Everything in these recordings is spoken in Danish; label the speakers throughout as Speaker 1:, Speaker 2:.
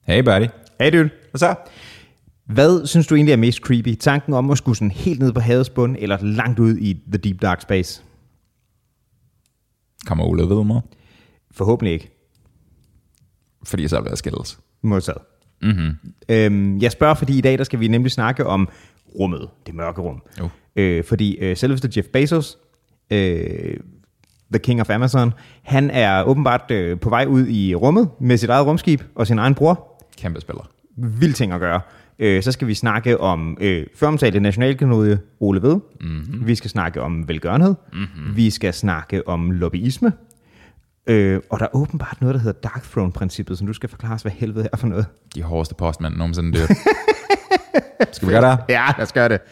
Speaker 1: Hey buddy.
Speaker 2: Hey dude.
Speaker 1: Hvad så?
Speaker 2: Hvad synes du egentlig er mest creepy? Tanken om at skulle sådan helt ned på havets bund, eller langt ud i the deep dark space?
Speaker 1: Kommer Ole ved mig?
Speaker 2: Forhåbentlig ikke.
Speaker 1: Fordi så vil jeg skilles.
Speaker 2: Modtaget.
Speaker 1: Mm-hmm.
Speaker 2: Jeg spørger, fordi i dag der skal vi nemlig snakke om rummet. Det mørke rum. Fordi selveste Jeff Bezos, the king of Amazon, han er åbenbart på vej ud i rummet med sit eget rumskib og sin egen bror.
Speaker 1: Kæmpe spiller.
Speaker 2: Vild ting at gøre. Så skal vi snakke om føromtalte nationalklenodie Ole Ved.
Speaker 1: Mm-hmm.
Speaker 2: Vi skal snakke om velgørenhed.
Speaker 1: Mm-hmm.
Speaker 2: Vi skal snakke om lobbyisme. Og der er åbenbart noget, der hedder Dark Throne-princippet, som du skal forklare os, hvad helvede er for noget.
Speaker 1: De hårdeste postmænd nogensinde dør. Skal vi gøre det?
Speaker 2: Ja, lad os gøre det.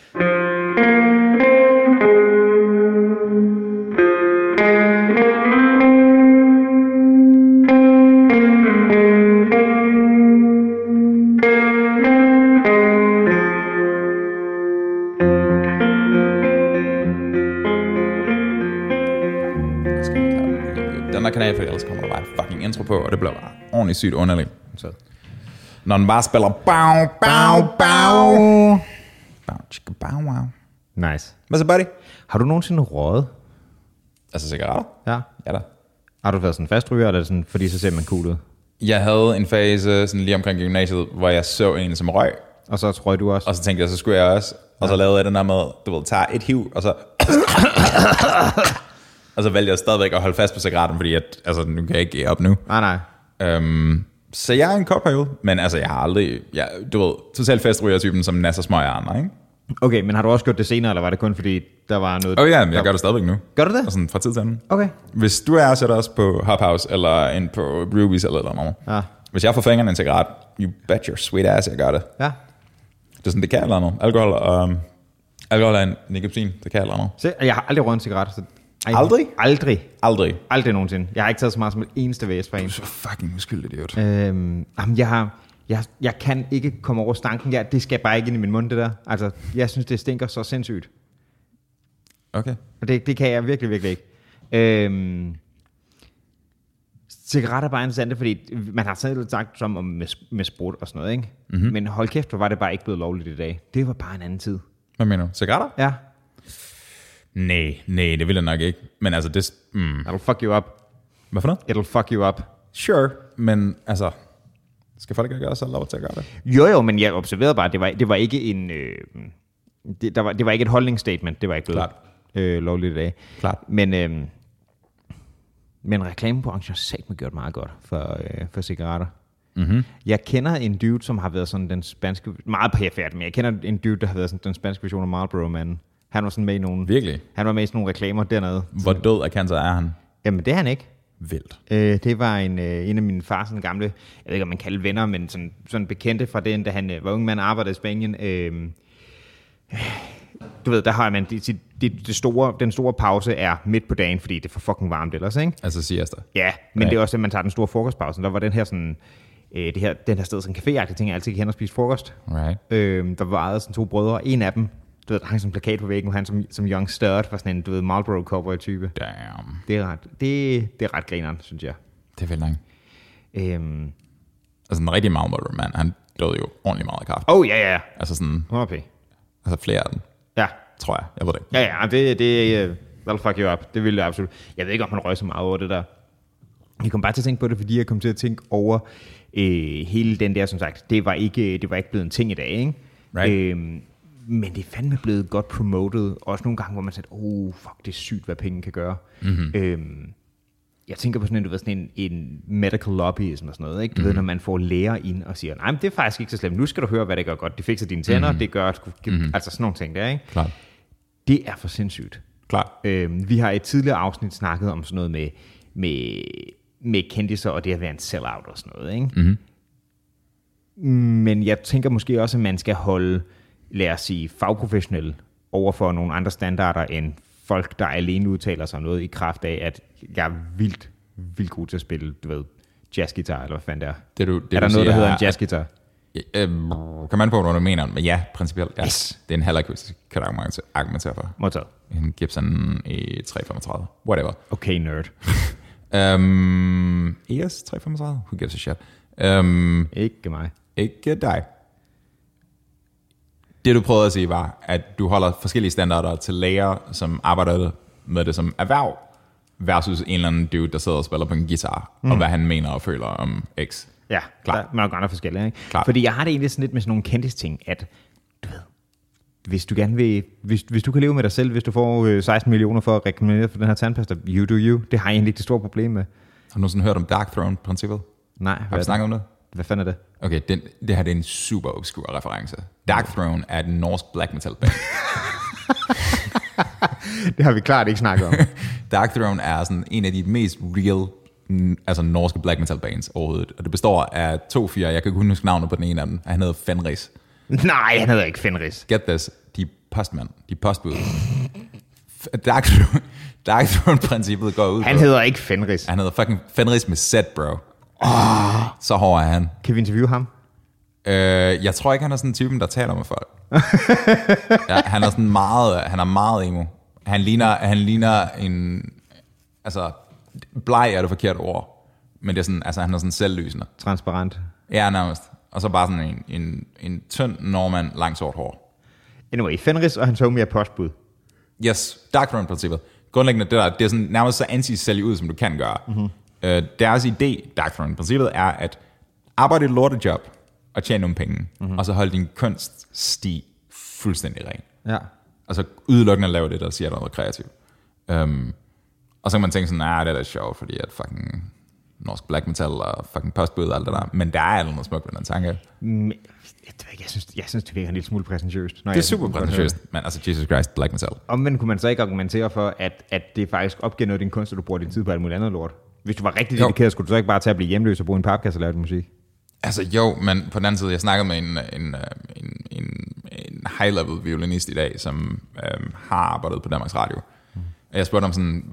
Speaker 1: Den der kanal, for ellers kommer der bare fucking intro på, og det bliver bare ordentligt sygt underligt. Så. Når den bare spiller bow, bow, bow. Bow, chicka, bow, wow.
Speaker 2: Nice.
Speaker 1: Hvad så, buddy?
Speaker 2: Har du nogensinde røget?
Speaker 1: Altså cigaretter?
Speaker 2: Ja.
Speaker 1: Ja da.
Speaker 2: Har du været sådan fastryger, eller sådan, fordi så ser man cool ud?
Speaker 1: Jeg havde en fase sådan lige omkring gymnasiet, hvor jeg så en som røg.
Speaker 2: Og så røg du også?
Speaker 1: Og så tænkte jeg, så skulle jeg også. Og så lavede jeg den der med, du ved, tager et hiv, og så... og så valgte jeg stadigvæk at holde fast på cigaretten, fordi at, altså, nu kan jeg ikke give op nu.
Speaker 2: Nej.
Speaker 1: Så jeg er en kort periode, men altså, jeg har aldrig... du ved, totalt festryger-typen, som nasser smøg af andre, ikke?
Speaker 2: Okay, men har du også gjort det senere, eller var det kun fordi, der var noget...
Speaker 1: Ja, jeg gør det stadigvæk nu.
Speaker 2: Gør du det?
Speaker 1: Og sådan fra tid til anden.
Speaker 2: Okay.
Speaker 1: Hvis du er, så er der også på Hubhouse, eller ind på Brewbies, eller noget.
Speaker 2: Ja.
Speaker 1: Hvis jeg får fingrene en cigaret, you bet your sweet ass, jeg gør det.
Speaker 2: Ja.
Speaker 1: Det er sådan, det kan eller noget. Alkohol er en nikotin, det kan eller noget.
Speaker 2: Se, jeg har aldrig røget en cigaret. Så...
Speaker 1: Aldrig?
Speaker 2: Aldrig? Aldrig nogensinde. Jeg har ikke taget så meget som et eneste væs for en.
Speaker 1: Du er så fucking uskyldig, idiot.
Speaker 2: Jeg kan ikke komme over stanken. Det skal bare ikke ind i min mund, det der. Altså, jeg synes, det stinker så sindssygt.
Speaker 1: Okay.
Speaker 2: Og det kan jeg virkelig, virkelig ikke. Cigaretter er bare interessant, fordi man har selv sagt som om med sprut og sådan noget, ikke? Mm-hmm. Men hold kæft, hvor var det bare ikke blevet lovligt i dag. Det var bare en anden tid.
Speaker 1: Hvad mener du? Cigaretter?
Speaker 2: Ja.
Speaker 1: Nej, det vil jeg nok ikke. Men altså, det...
Speaker 2: It'll fuck you up.
Speaker 1: Hvad for noget?
Speaker 2: It'll fuck you up.
Speaker 1: Sure, men altså... Skal folk ikke også have lov til at gøre det?
Speaker 2: Jo, men jeg observerede bare, det var ikke en... det var ikke et holdningsstatement. Det var ikke blevet lovligt i dag.
Speaker 1: Klart.
Speaker 2: Men reklamebranchen har satme gjort meget godt for cigaretter.
Speaker 1: Mm-hmm.
Speaker 2: Jeg kender en dude, som har været sådan den spanske... Meget perifært, men jeg kender en dude, der har været sådan den spanske version af Marlboro-manden. Han var sådan med i nogle...
Speaker 1: Virkelig?
Speaker 2: Han var med i sådan nogle reklamer dernede.
Speaker 1: Hvor død af cancer er han?
Speaker 2: Jamen, det er han ikke.
Speaker 1: Vildt.
Speaker 2: Det var en af mine fars sådan gamle... Jeg ved ikke, om man kalder venner, men sådan bekendte fra den, da han var ung mand og arbejdede i Spanien. Du ved, der har man... Den store pause er midt på dagen, fordi det er for fucking varmt ellers, ikke?
Speaker 1: Altså siesta.
Speaker 2: Ja, men det er også, at man tager den store frokostpause. Der var den her sådan... den her sted, sådan en café-agtig ting, jeg altid kan hen og spise frokost.
Speaker 1: Right.
Speaker 2: Der var ejet sådan 2 brødre. En af dem, du ved, der hang sådan en plakat på væggen, hvor han som young stud var sådan en, du ved, Marlboro cowboy-type.
Speaker 1: Damn.
Speaker 2: Det er ret grineren, synes jeg.
Speaker 1: Det er vildt langt. Altså en rigtig Marlboro-mand, han døde jo ordentligt meget af kaffe.
Speaker 2: Ja.
Speaker 1: Altså sådan...
Speaker 2: 100p.
Speaker 1: Altså flere af dem.
Speaker 2: Ja.
Speaker 1: Tror jeg. Jeg ved det ikke.
Speaker 2: Ja, det that'll fuck you up. Det vil jeg absolut. Jeg ved ikke, om han røg så meget over det der. Jeg kom bare til at tænke på det, fordi jeg kom til at tænke over hele den der, som sagt, det var ikke blevet en ting i dag, ikke?
Speaker 1: Right.
Speaker 2: Men det er fandme blevet godt promoted. Også nogle gange, hvor man siger, fuck, det er sygt, hvad penge kan gøre. Mm-hmm. Jeg tænker på sådan en, du ved, sådan en medical lobbyism og sådan noget, ikke? Du ved, når man får læger ind og siger, nej, men det er faktisk ikke så slemt. Nu skal du høre, hvad det gør godt. Det fikser dine tænder, det gør, altså sådan nogle ting der, ikke?
Speaker 1: Klart.
Speaker 2: Det er for sindssygt.
Speaker 1: Klart.
Speaker 2: Vi har i et tidligere afsnit snakket om sådan noget med kendiser og det at være en sell-out og sådan noget, ikke?
Speaker 1: Mm-hmm.
Speaker 2: Men jeg tænker måske også, at man skal holde, lad os sige, fagprofessionelle over for nogle andre standarder end folk, der alene udtaler sig noget i kraft af, at jeg er vildt god til at spille, du ved, jazzgitar, eller hvad fanden det er. Er der noget, der hedder en jazzgitar?
Speaker 1: Kan man på, hvad du mener? Men ja, principielt. Ja.
Speaker 2: Yes.
Speaker 1: Det er en halvakustisk, kan du argumentere for.
Speaker 2: Modtaget.
Speaker 1: En Gibson i 335. Whatever.
Speaker 2: Okay, nerd.
Speaker 1: ES 335? Who gives a shit?
Speaker 2: Ikke mig.
Speaker 1: Ikke dig. Det du prøvede at sige var, at du holder forskellige standarder til læger, som arbejder med det som erhverv, versus en eller anden dude, der sidder og spiller på en guitar, og hvad han mener og føler om X.
Speaker 2: Ja, klart. Man er godt forskellige, ikke?
Speaker 1: Klart.
Speaker 2: Fordi jeg har det egentlig sådan lidt med sådan nogle kendtis-ting, at du ved, hvis du gerne vil, hvis du kan leve med dig selv, hvis du får 16 millioner for at reklamere for den her tandpasta, you do you. Det har jeg egentlig ikke det store problem med.
Speaker 1: Har du nogensinde hørt om Dark Throne-princippet?
Speaker 2: Nej.
Speaker 1: Har du snakket om det?
Speaker 2: Hvad fanden er det?
Speaker 1: Okay, det her det er en super obskur reference. Dark Throne er et norsk black metal band.
Speaker 2: Det har vi klart ikke snakket om.
Speaker 1: Dark Throne er sådan en af de mest real, altså norske black metal bands overhovedet. Og det består af 2 fyre. Jeg kan kun huske navnet på den ene af dem. Han hedder Fenris.
Speaker 2: Nej, han hedder ikke Fenris.
Speaker 1: Get this. De er postmand. De er postbud. Dark Throne-princippet går ud
Speaker 2: Han hedder ikke Fenris.
Speaker 1: Han hedder fucking Fenris med Z, bro. Så hård er han.
Speaker 2: Kan vi interviewe ham?
Speaker 1: Jeg tror ikke, han er sådan en typen, der taler med folk. Ja, han er sådan meget, han er meget emo. Han ligner en, altså, bleg er det forkerte ord, men det er sådan, altså han er sådan selvlysende.
Speaker 2: Transparent.
Speaker 1: Ja, nærmest. Og så bare sådan en tynd nordmand, langt sort hår.
Speaker 2: Anyway, Fenris og hans homie er postbud.
Speaker 1: Yes, Dark Throne-princippet. Grundlæggende det er sådan nærmest så anti-sælge ud, som du kan gøre. Mm-hmm. Deres idé, Dark Throne-princippet, er at arbejde et lortejob og tjene nogle penge, og så holde din kunststi fuldstændig ren.
Speaker 2: Ja.
Speaker 1: Og så udelukkende lave det, der siger noget kreativt. Og så kan man tænke sådan, det er da sjovt, fordi at fucking norsk black metal og fucking postbud og alt det der. Men der er noget smukt ved den tanke.
Speaker 2: Jeg synes, det virker en lille smule præsentøst.
Speaker 1: Det er super præsentøst, men altså Jesus Christ, black metal.
Speaker 2: Omvendt kunne man så ikke argumentere for, at det faktisk opgiver noget af din kunst, og du bruger din tid på alt muligt andet lort. Hvis du var rigtig dedikeret, skulle du så ikke bare tage at blive hjemløs og bruge en papkasse og lave din musik?
Speaker 1: Altså jo, men på den anden side, jeg snakkede med en high-level violinist i dag, som har arbejdet på Danmarks Radio. Og jeg spurgte om sådan,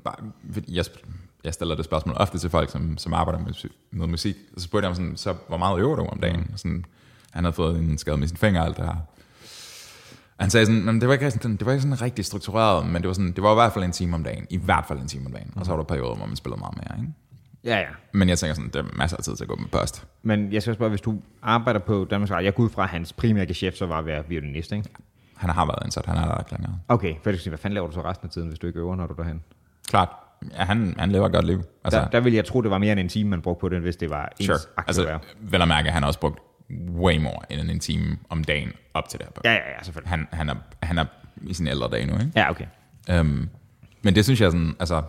Speaker 1: jeg stiller det spørgsmål ofte til folk, som arbejder med musik, og så spurgte jeg om sådan, så hvor meget øver du om dagen? Sådan, han havde fået en skade med sin finger og alt det her. Og han sagde sådan, det var ikke sådan rigtig struktureret, men det var i hvert fald en time om dagen. I hvert fald en time om dagen. Og så var der perioder, hvor man spillede meget mere, ikke?
Speaker 2: Ja.
Speaker 1: Men jeg tænker sådan, det er masser af tid til at gå med post.
Speaker 2: Men jeg skal også spørge, hvis du arbejder på Danmarks Radio, jeg går ud fra, hans primære geschæft så var at være violinist, ikke?
Speaker 1: Han har været ansat, han er der ikke længere.
Speaker 2: Okay, for hvad fanden laver du så resten af tiden, hvis du ikke øver, når du er derhen?
Speaker 1: Klart. Ja, han lever et godt liv. Altså,
Speaker 2: der ville jeg tro, det var mere end en time, man brugte på det, hvis det var ens
Speaker 1: altså, vel at mærke, at han har også brugt way more end en time om dagen op til det her.
Speaker 2: Ja, selvfølgelig.
Speaker 1: Han er i sin ældre dage nu, ikke?
Speaker 2: Ja, okay.
Speaker 1: Men det synes jeg sådan, altså,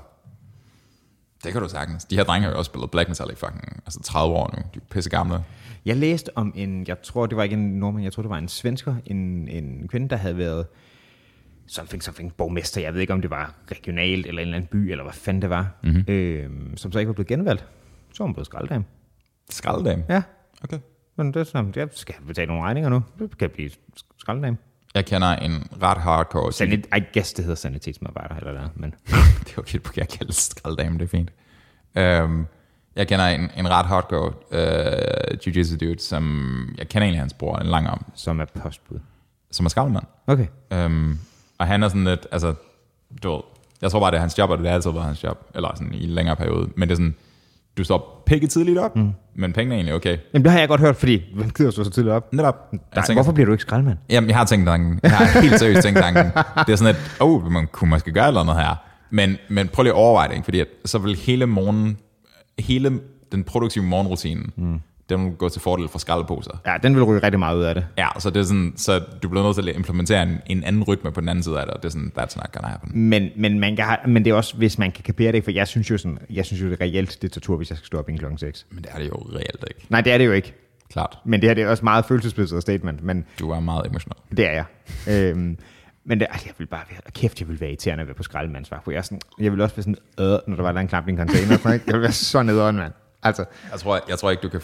Speaker 1: det kan du sagtens. De her drenge har jo også spillet black metal i fucking 30 år nu. De er pisse gamle.
Speaker 2: Jeg læste om jeg tror det var ikke en nordmand, jeg tror det var en svensker, en kvinde, der havde været something borgmester, jeg ved ikke om det var regionalt eller en eller anden by, eller hvad fanden det var, som så ikke var blevet genvalgt. Så var hun blevet skraldedame.
Speaker 1: Skraldedame?
Speaker 2: Ja.
Speaker 1: Okay.
Speaker 2: Men det er sådan, jeg skal betale nogle regninger nu. Det kan blive skraldedame.
Speaker 1: Jeg kender en ret hardcore...
Speaker 2: I guess det hedder sanitetsmedarbejder eller der, men...
Speaker 1: det var lidt på, jeg kalder skraldedame, det er fint. Jeg kender en ret hardcore jiu-jitsu dude, som... Jeg kender egentlig hans bror en lang om.
Speaker 2: Som er postbud.
Speaker 1: Som er skraldemand.
Speaker 2: Okay.
Speaker 1: Og han er sådan lidt... Altså, du ved, jeg tror bare, det er hans job, og det er altid været hans job. Eller sådan i en længere periode. Men det er sådan... Du står pikke tidligt op, men pengene er egentlig okay.
Speaker 2: Jamen det har jeg godt hørt, fordi hvem gider stå så tidligt op?
Speaker 1: Netop.
Speaker 2: Hvorfor bliver du ikke skraldemand?
Speaker 1: Jamen jeg har tænkt tanken. Jeg har helt seriøst tænkt tanken. Det er sådan et, man kunne måske gøre noget her. Men prøv lige at overveje det, ikke? Fordi at, så vil hele den produktive morgenrutine, den vil gå til fordel for skraldeposer.
Speaker 2: Ja, den vil ryge rigtig meget ud af det.
Speaker 1: Ja, så det er sådan, så du bliver nødt til at implementere en anden rytme på den anden side af det, og det er sådan, that's not gonna happen.
Speaker 2: Men det er også, hvis man kan kapere det, for jeg synes jo, det er reelt, det er tortur, hvis jeg skal stå op inden klokken 6.
Speaker 1: Men det er det jo reelt ikke.
Speaker 2: Nej, det er det jo ikke.
Speaker 1: Klart.
Speaker 2: Men det her, det er også meget følelsesbaseret statement. Men
Speaker 1: du er meget emotionel.
Speaker 2: Det er jeg. Men jeg vil bare være, kæft, jeg vil være irriterende at være på skraldemandsvagt, for jeg vil også være sådan, når der var en klap i en container, så jeg vil være så nederen, mand. Altså.
Speaker 1: Jeg tror ikke,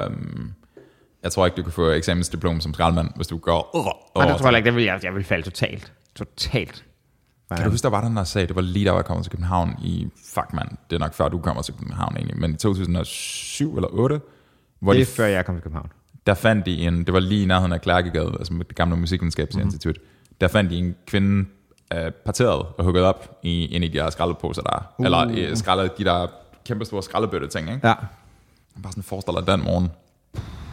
Speaker 1: du kan få eksamensdiplom som skraldemand, hvis du går...
Speaker 2: Nej, det tror jeg ikke. Jeg vil falde totalt.
Speaker 1: Kan du huske, der var den der sag, det var lige der, jeg kom til København i... Fuck, mand, det er nok før, du kommer til København egentlig, men i 2007 eller 8...
Speaker 2: Det er før jeg kom til København.
Speaker 1: Der fandt de det var lige i nærheden af Klærkegade, altså det gamle musikvidenskabsinstitut. Der fandt de en kvinde parteret og hugget op i en af de der skraldeposer der. Eller skraldet de der kæmpe store skraldebøtte ting, ikke?
Speaker 2: Ja.
Speaker 1: Jeg bare sådan forestiller den morgen.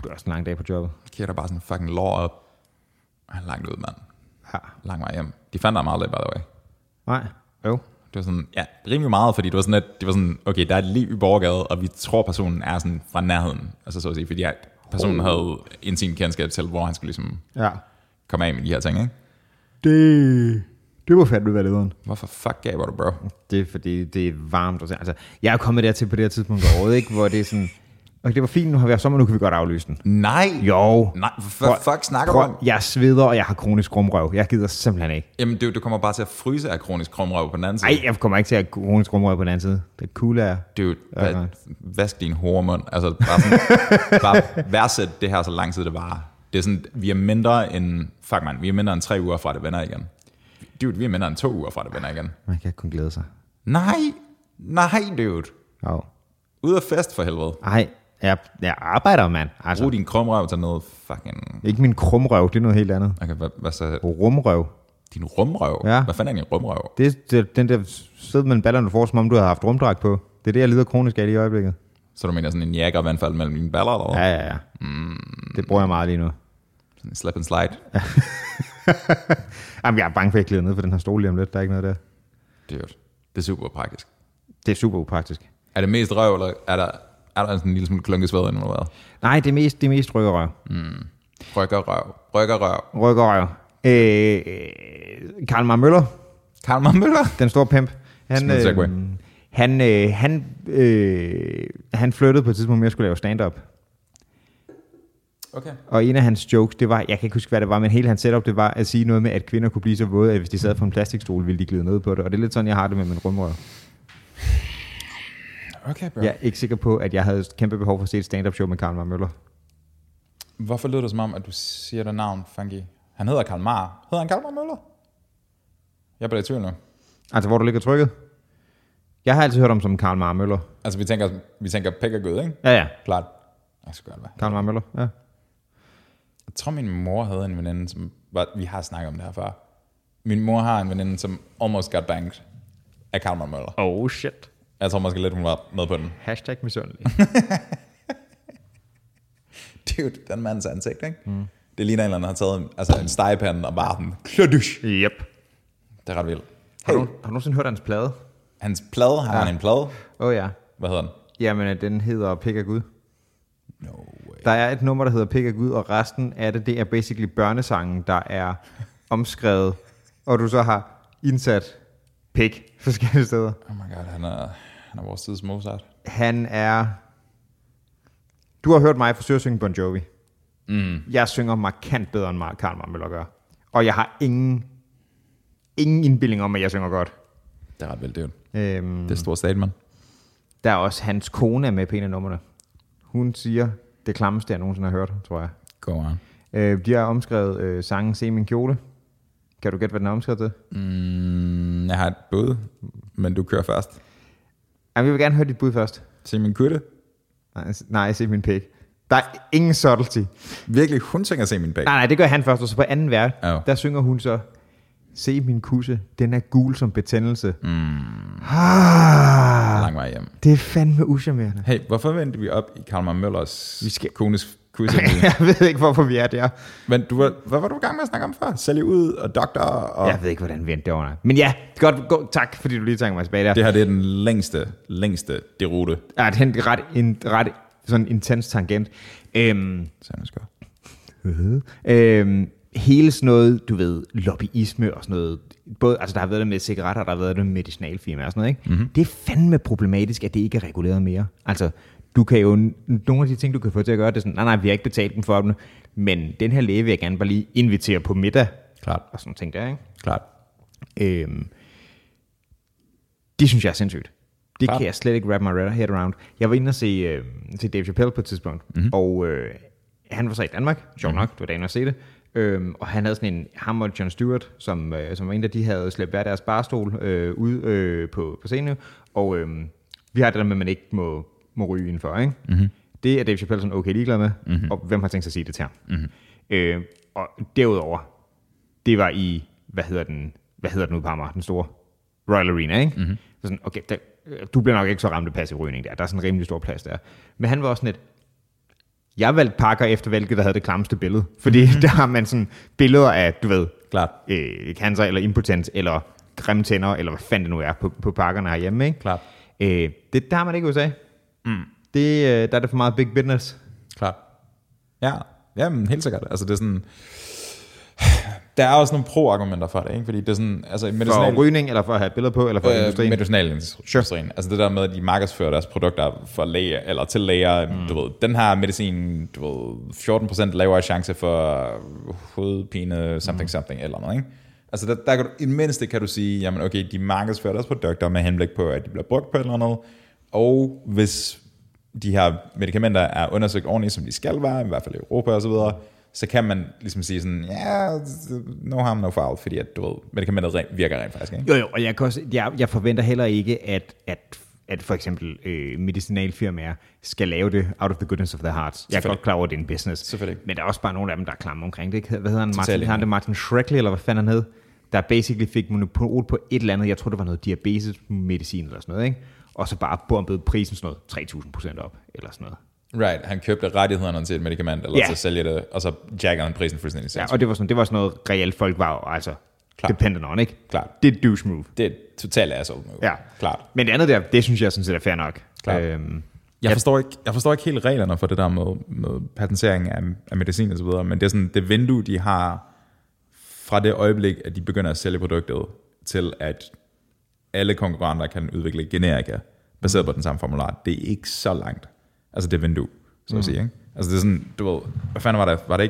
Speaker 2: er også en lang dag på jobbet.
Speaker 1: Kigger der bare sådan fucking lår op. Langt ud, mand.
Speaker 2: Ja.
Speaker 1: Lang vej hjem. De fandt der meget lidt, by the way.
Speaker 2: Nej, jo.
Speaker 1: Det var sådan, ja, rimelig meget, fordi det var sådan, okay, der er et liv i Borgergade, og vi tror, personen er sådan fra nærheden. Altså så at sige, fordi personen havde intim kendskab til, hvor han skulle ligesom komme af med de her ting, ikke?
Speaker 2: Det var fandme være lederen.
Speaker 1: Hvorfor fuck gav du, bro?
Speaker 2: Det er fordi, det er varmt. Altså, jeg er kommet dertil på det her tidspunkt af året, ikke? Hvor det er sådan, okay, det var fint, nu har vi haft sommer, nu kan vi godt aflyse den.
Speaker 1: Nej.
Speaker 2: Jo.
Speaker 1: Nej, fuck snakker du om?
Speaker 2: Jeg sveder, og jeg har kronisk krumrøv. Jeg gider simpelthen ikke.
Speaker 1: Jamen, du kommer bare til at fryse af kronisk krumrøv på den anden side.
Speaker 2: Nej, jeg kommer ikke til at have kronisk krumrøv på den anden side. Det cool er...
Speaker 1: Dude, vask din horemund. Altså, bare, sådan, bare værdsæt det her så lang tid det varer. Det er sådan, vi er mindre end... Fuck man, vi er mindre end 3 uger fra det vender igen. Dude, vi er mindre end 2 uger fra det vender igen.
Speaker 2: Man kan kun glæde sig.
Speaker 1: Nej, dude.
Speaker 2: Jo.
Speaker 1: Ud af fest for helvede.
Speaker 2: Nej, jeg arbejder, mand. Altså,
Speaker 1: brug din krumrøv til noget fucking...
Speaker 2: Ikke min krumrøv, det er noget helt andet.
Speaker 1: Okay, hvad så?
Speaker 2: Rumrøv.
Speaker 1: Din rumrøv?
Speaker 2: Ja.
Speaker 1: Hvad fanden er din rumrøv?
Speaker 2: Det er den der sidder mellem ballerne, du får, som om du har haft rumdragt på. Det er det, jeg lider kronisk af i øjeblikket.
Speaker 1: Så du mener sådan en jægervandfald mellem dine baller, eller hvad?
Speaker 2: Ja. Det bruger jeg meget lige nu.
Speaker 1: Sådan en slip and slide?
Speaker 2: Jamen, jeg er bange for, at jeg glider ned for den her stol lige om lidt. Der er ikke noget der.
Speaker 1: Det er super praktisk.
Speaker 2: Det er super upraktisk.
Speaker 1: Er det mest røv, eller er der sådan en lille smule klunkesvæd endnu, eller hvad?
Speaker 2: Nej, det er mest ryggerrøv.
Speaker 1: Ryggerrøv.
Speaker 2: Ryggerrøv. Karl Møller.
Speaker 1: Karl Møller?
Speaker 2: Den store pimp. Han flyttede på et tidspunkt, jeg skulle lave stand-up.
Speaker 1: Okay.
Speaker 2: Og en af hans jokes, det var, jeg kan ikke huske, hvad det var, men hele hans setup, det var at sige noget med, at kvinder kunne blive så våde, at hvis de sad på en plastikstol, ville de glide ned på det. Og det er lidt sådan, jeg har det med min rumrøv.
Speaker 1: Okay, bro.
Speaker 2: Jeg er ikke sikker på, at jeg havde kæmpe behov for at se et stand-up show med Karl Møller.
Speaker 1: Hvorfor lyder det som om, at du siger det navn, Funky? Han hedder Karl Mar. Hedder han Karl Møller? Jeg bliver i tvivl nu.
Speaker 2: Altså, hvor du ligger trykket? Jeg har altid hørt om som Karl Møller.
Speaker 1: Altså, vi tænker pæk og gød, ikke?
Speaker 2: Ja.
Speaker 1: Klart. Jeg skal gøre det.
Speaker 2: Karl Møller, ja.
Speaker 1: Jeg tror, min mor havde en veninde, som... Vi har snakket om det her før. Min mor har en veninde, som almost got banked af Karl Møller.
Speaker 2: Oh, shit.
Speaker 1: Jeg tror måske lidt, hun var med på den.
Speaker 2: Hashtag misundelig.
Speaker 1: Dude, den mands ansigt, ikke? Det ligner en eller anden, der har taget en stegepande og bare den kladush.
Speaker 2: Yep.
Speaker 1: Det er ret vildt.
Speaker 2: Har du nogensinde hørt hans plade?
Speaker 1: Hans plade? Har han en plade?
Speaker 2: Ja.
Speaker 1: Hvad hedder den?
Speaker 2: Jamen, den hedder Pik af Gud.
Speaker 1: No way.
Speaker 2: Der er et nummer, der hedder Pik af Gud, og resten af det er basically børnesangen, der er omskrevet, og du så har indsat pik forskellige steder.
Speaker 1: Oh my god, han er vores tids Mozart.
Speaker 2: Han er... Du har hørt mig forsøge at synge Bon Jovi. Jeg synger markant bedre, end Karl Møller gør. Og jeg har ingen indbildning om, at jeg synger godt.
Speaker 1: Det er ret vildt, det er det er et stort statement.
Speaker 2: Der er også hans kone med på en af numrene. Hun siger, det klammeste, jeg nogensinde har hørt, tror jeg.
Speaker 1: Go on.
Speaker 2: De har omskrevet sangen Se min kjole. Kan du gætte, hvad den er omskrevet til?
Speaker 1: Jeg har et bud, men du kører først.
Speaker 2: Jamen, jeg vil gerne høre dit bud først.
Speaker 1: Se min kutte?
Speaker 2: Nej, se min pik. Der er ingen subtlety.
Speaker 1: Virkelig, hun synger Se min pik?
Speaker 2: Nej, det gør han først, og så på anden vers, der synger hun så, se min kusse, den er gul som betændelse.
Speaker 1: Lang vej hjem.
Speaker 2: Det er fandme uschammerende.
Speaker 1: Hey, hvorfor vendte vi op i Karl Møllers kones kusse?
Speaker 2: Jeg ved ikke, hvorfor vi er der.
Speaker 1: Men hvad var du i gang med at snakke om før? Sælge ud og doktor og...
Speaker 2: Jeg ved ikke, hvordan vi endte derovre. Men ja, godt, tak, fordi du lige tænker mig tilbage der.
Speaker 1: Det her, det er den længste derute.
Speaker 2: Ja, det er en ret sådan intens tangent. Hele sådan noget, du ved, lobbyisme og sådan noget, både, altså der har været det med cigaretter, der har været det med medicinalfirmaer og sådan noget, ikke? Det er fandme problematisk, at det ikke er reguleret mere. Altså, du kan jo, nogle af de ting, du kan få til at gøre, det er sådan, nej, vi har ikke betalt dem for dem, men den her læge vil jeg gerne bare lige invitere på middag.
Speaker 1: Klart.
Speaker 2: Og sådan ting der, ikke?
Speaker 1: Klart.
Speaker 2: Det synes jeg er sindssygt. Det kan jeg slet ikke wrap my head around. Jeg var inde og se Dave Chappelle på et tidspunkt, og han var så i Danmark, sjovt nok, det var dagen at se det, og han havde sådan en, ham og Jon Stewart, som var en af de havde slæbt hver deres barstol ud på scenen, og vi har det der med, at man ikke må ryge indenfor, ikke? Det er Dave Chappelle sådan okay ligeglad med, og hvem har tænkt sig at sige det til ham? Og derudover, det var i, hvad hedder den ude på Amager, den store Royal Arena, ikke? Sådan, okay, du bliver nok ikke så ramt af passiv rygning der. Der er sådan en rimelig stor plads der. Men han var også sådan et, Jeg valgte Parker efter valget, der havde det klammeste billede. Fordi der har man sådan billeder af, du ved,
Speaker 1: Klart.
Speaker 2: cancer eller impotens, eller grimme tænder, eller hvad fanden det nu er på pakkerne herhjemme, ikke?
Speaker 1: Klart.
Speaker 2: Det der har man ikke i USA. Der er det for meget big business.
Speaker 1: Klart. Ja, jamen, helt sikkert. Altså det er sådan, der er også nogle pro-argumenter for det, ikke? Fordi det er sådan, altså
Speaker 2: For rygning, eller for at have billeder på, eller for industrien?
Speaker 1: Medicinalindustrien. Altså det der med, at de markedsfører deres produkter for læger, eller til læger, du ved, den her medicin, du ved, 14% lavere chance for hovedpine, something, eller noget, ikke? Altså der kan du, i det mindste kan du sige, jamen okay, de markedsfører deres produkter med henblik på, at de bliver brugt på et eller andet, og hvis de her medicamenter er undersøgt ordentligt, som de skal være, i hvert fald i Europa og så videre, så kan man ligesom sige sådan, no harm, no foul, fordi at, du ved, medicamentet virker rent faktisk, ikke?
Speaker 2: Jo, og jeg forventer heller ikke, at for eksempel medicinalfirmaer skal lave det out of the goodness of their hearts. Jeg er godt klar over, at det er en business. Men der er også bare nogle af dem, der er klamme omkring det. Hvad hedder han? Martin Shkreli, eller hvad fanden han hed? Der basically fik monopol på et eller andet, jeg tror det var noget diabetesmedicin eller sådan noget, ikke? Og så bare bombede prisen sådan noget 3.000% op, eller sådan noget.
Speaker 1: Right, han købte rettighederne til et medicament, eller til at sælge det, og så jacker han prisen fuldstændig.
Speaker 2: Ja, og det var sådan noget reelt folk var altså dependent on, ikke?
Speaker 1: Klart.
Speaker 2: Det er douche move.
Speaker 1: Det er totalt asshole move.
Speaker 2: Ja.
Speaker 1: Klart.
Speaker 2: Men det andet der, det synes jeg sådan set er fair nok.
Speaker 1: Jeg forstår ikke helt reglerne for det der med patentering af medicin og så videre, men det er sådan det vindue, de har fra det øjeblik, at de begynder at sælge produktet, til at alle konkurrenter kan udvikle generika, baseret på den samme formular. Det er ikke så langt. Altså det vindue, så at sige, ikke? Altså det er sådan, du ved, hvad fanden var det? Var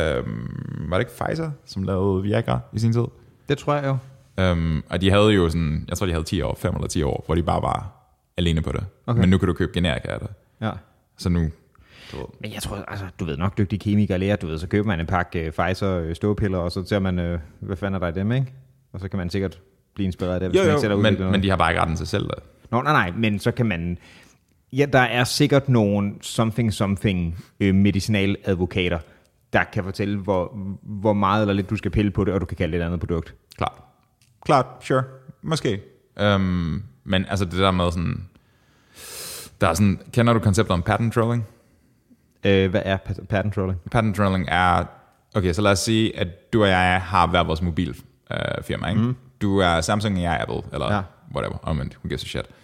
Speaker 1: det ikke Pfizer, som lavede Viagra i sin tid?
Speaker 2: Det tror jeg jo.
Speaker 1: Og de havde jo sådan, jeg tror de havde 5 eller 10 år, hvor de bare var alene på det. Okay. Men nu kan du købe generika af det.
Speaker 2: Ja.
Speaker 1: Så nu,
Speaker 2: men jeg tror, altså, du ved nok, dygtige kemikere lærer, du ved, så køber man en pakke Pfizer ståpiller, og så ser man, hvad fanden er der i dem, ikke? Og så kan man sikkert blive inspireret af det, hvis man ikke sætter ud.
Speaker 1: Men de har bare ikke retten til selv det.
Speaker 2: Nej, men så kan man... Ja, der er sikkert nogle something medicinaladvokater, der kan fortælle, hvor meget eller lidt du skal pille på det, og du kan kalde det et andet produkt.
Speaker 1: Klart, sure, måske. Men altså det der med sådan... Der er sådan, kender du konceptet om patent trolling?
Speaker 2: Hvad er patent trolling?
Speaker 1: Patent trolling er... Okay, så lad os sige, at du og jeg har hver vores mobilfirma, ikke? Mm. Du er Samsung, og jeg er Apple, eller whatever, omvendt, who gives a shit.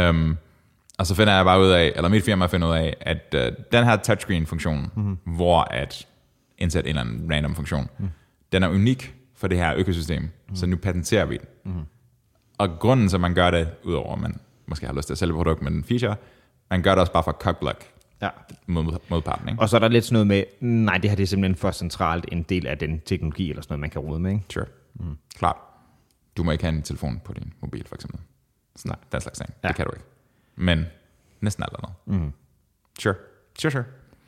Speaker 1: Og så finder jeg bare ud af, eller mit firma finder ud af, at den her touchscreen-funktion, hvor at indsætte en eller anden random funktion, den er unik for det her økosystem, så nu patenterer vi den. Og grunden til, at man gør det, udover at man måske har lyst til at sælge produkt med den feature, man gør det også bare for cockblock mod parten, ikke?
Speaker 2: Og så er der lidt sådan noget med, nej, det her det er simpelthen for centralt en del af den teknologi, eller sådan noget, man kan rode med, ikke?
Speaker 1: Sure. Klart. Du må ikke have en telefon på din mobil, for eksempel. Sådan den slags ting. Det kan du ikke. Men næsten alt andet. Sure.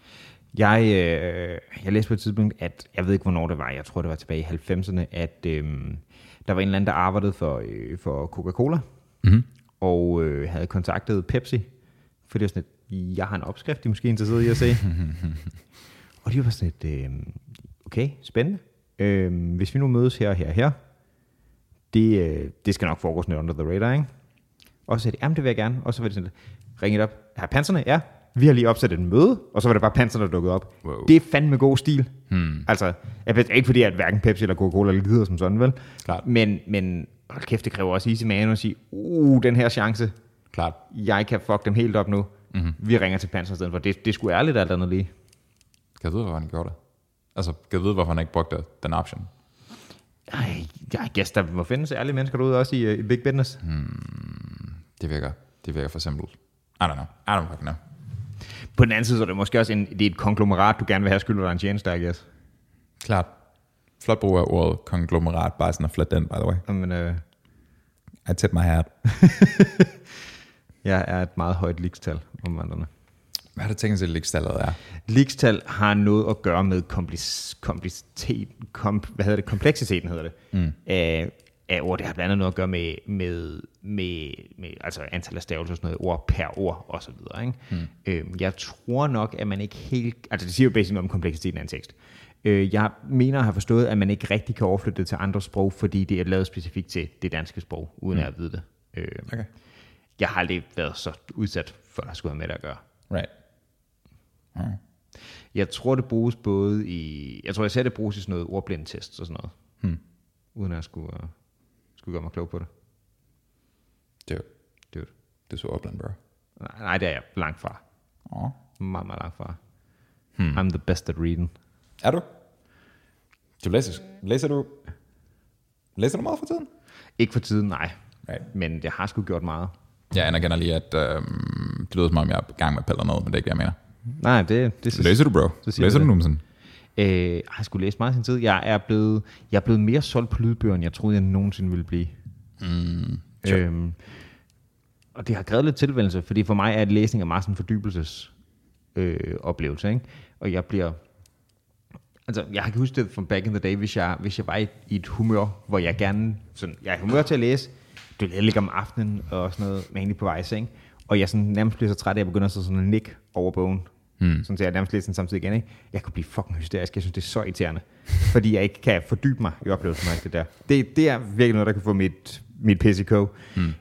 Speaker 2: Jeg læste på et tidspunkt, at jeg ved ikke, hvornår det var, jeg tror, det var tilbage i 90'erne, at der var en eller anden, der arbejdede for Coca-Cola, og havde kontaktet Pepsi, for det var sådan, at jeg har en opskrift, de måske er interesseret i at se. Og de var sådan et, okay, spændende. Hvis vi nu mødes her, det skal nok foregå sådan under the radar, ikke? Og så sagde de, jamen det vil jeg gerne. Og så var det sådan, ringet op, her panserne, ja, vi har lige opsat et møde, og så var det bare panserne, der dukkede op. Wow. Det er fandme god stil. Altså, jeg ved ikke fordi, at hverken Pepsi eller Coca-Cola lider som sådan, vel?
Speaker 1: Klart.
Speaker 2: Men hold kæft, det kræver også is i maven at sige, den her chance,
Speaker 1: klart,
Speaker 2: jeg kan fuck dem helt op nu. Vi ringer til Panser i stedet for. Det skulle ærligt alt andet lige.
Speaker 1: Kan jeg vide, hvorfor han gjorde det? Altså, kan jeg vide, hvorfor han ikke brugte den option?
Speaker 2: Jeg guess, der må findes ærlige mennesker derude også i big business.
Speaker 1: Det virker for simpelt. I don't fucking know.
Speaker 2: På den anden side, så er det måske også det er et konglomerat, du gerne vil have skylder dig en tjeneste, I guess.
Speaker 1: Klart. Flot brug af ordet konglomerat, bare sådan at flat den, by the way.
Speaker 2: Men,
Speaker 1: I tip my hat.
Speaker 2: Jeg er et meget højt leakstal om vandrene.
Speaker 1: Hvad er det tænkt, at leakstallet er?
Speaker 2: Leakstal har noget at gøre med kompleksiteten hedder det. Af ord. Det har blandt andet noget at gøre med altså antal af stavelser og sådan noget, ord per ord og så videre, ikke? Jeg tror nok, at man ikke helt... Altså det siger jo basically om kompleksiteten af en tekst. Jeg mener at have forstået, at man ikke rigtig kan overflytte det til andre sprog, fordi det er lavet specifikt til det danske sprog, uden at vide det.
Speaker 1: Okay.
Speaker 2: Jeg har aldrig været så udsat for, at der skulle have med det at gøre.
Speaker 1: Right.
Speaker 2: Jeg tror, det bruges både i... Jeg tror, jeg ser det bruges i sådan noget ordblindtest og sådan noget. Uden at jeg skulle gøre mig klog på det.
Speaker 1: Det er så ordblind, bro.
Speaker 2: Nej, det er jeg langt fra. Meget, meget langt fra. I'm the best at reading.
Speaker 1: Er du? Læser du meget for tiden?
Speaker 2: Ikke for tiden, nej.
Speaker 1: Right.
Speaker 2: Men jeg har sgu gjort meget.
Speaker 1: Jeg anerkender lige, at det lyder som om, jeg er i gang med at pille noget, men det er ikke, hvad jeg mener.
Speaker 2: Nej, det
Speaker 1: Læser du, bro? Læser du nu sådan?
Speaker 2: Jeg har sgu læst meget sin tid. Jeg er blevet mere solgt på lydbøger, end jeg troede, jeg nogensinde ville blive.
Speaker 1: Sure.
Speaker 2: Og det har krævet lidt tilvænelse, fordi for mig er læsning af meget sådan en fordybelses oplevelse, ikke? Og jeg bliver... Altså, jeg kan huske det fra back in the day, hvis jeg var i et humør, hvor jeg gerne... Sådan, jeg er i humør til at læse. Det ligger om aftenen og sådan noget, men egentlig på vej i seng. Og jeg sådan, nærmest bliver så træt, at jeg begynder så sådan at nikke over bogen. Sådan så jeg nærmest læser den samtidig igen, ikke? Jeg kunne blive fucking hysterisk. Jeg synes, det er så irriterende. Fordi jeg ikke kan fordybe mig i oplevelsen af det der. Det er virkelig noget, der kan få mit pis i kog.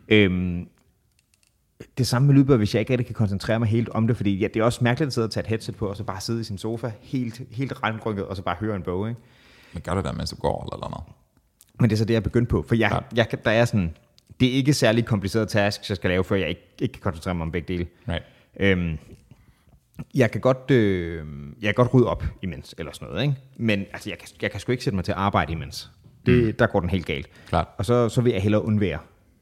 Speaker 2: Det samme med lydbøger, hvis jeg ikke rigtig kan koncentrere mig helt om det, fordi det er også mærkeligt at sidde og tage et headset på, og så bare sidde i sin sofa, helt rankrykket, og så bare høre en bog, ikke?
Speaker 1: Men gør det der, mens du går eller noget?
Speaker 2: Men det er så det, jeg er begyndt på, for der er sådan, det er ikke særlig kompliceret task, jeg skal lave, før jeg ikke kan koncentrere mig om begge dele.
Speaker 1: Right.
Speaker 2: Jeg kan godt rydde op imens, eller sådan noget, ikke? Men altså, jeg kan sgu ikke sætte mig til at arbejde imens. Der går den helt galt.
Speaker 1: Klart.
Speaker 2: Og så vil jeg hellere undvære.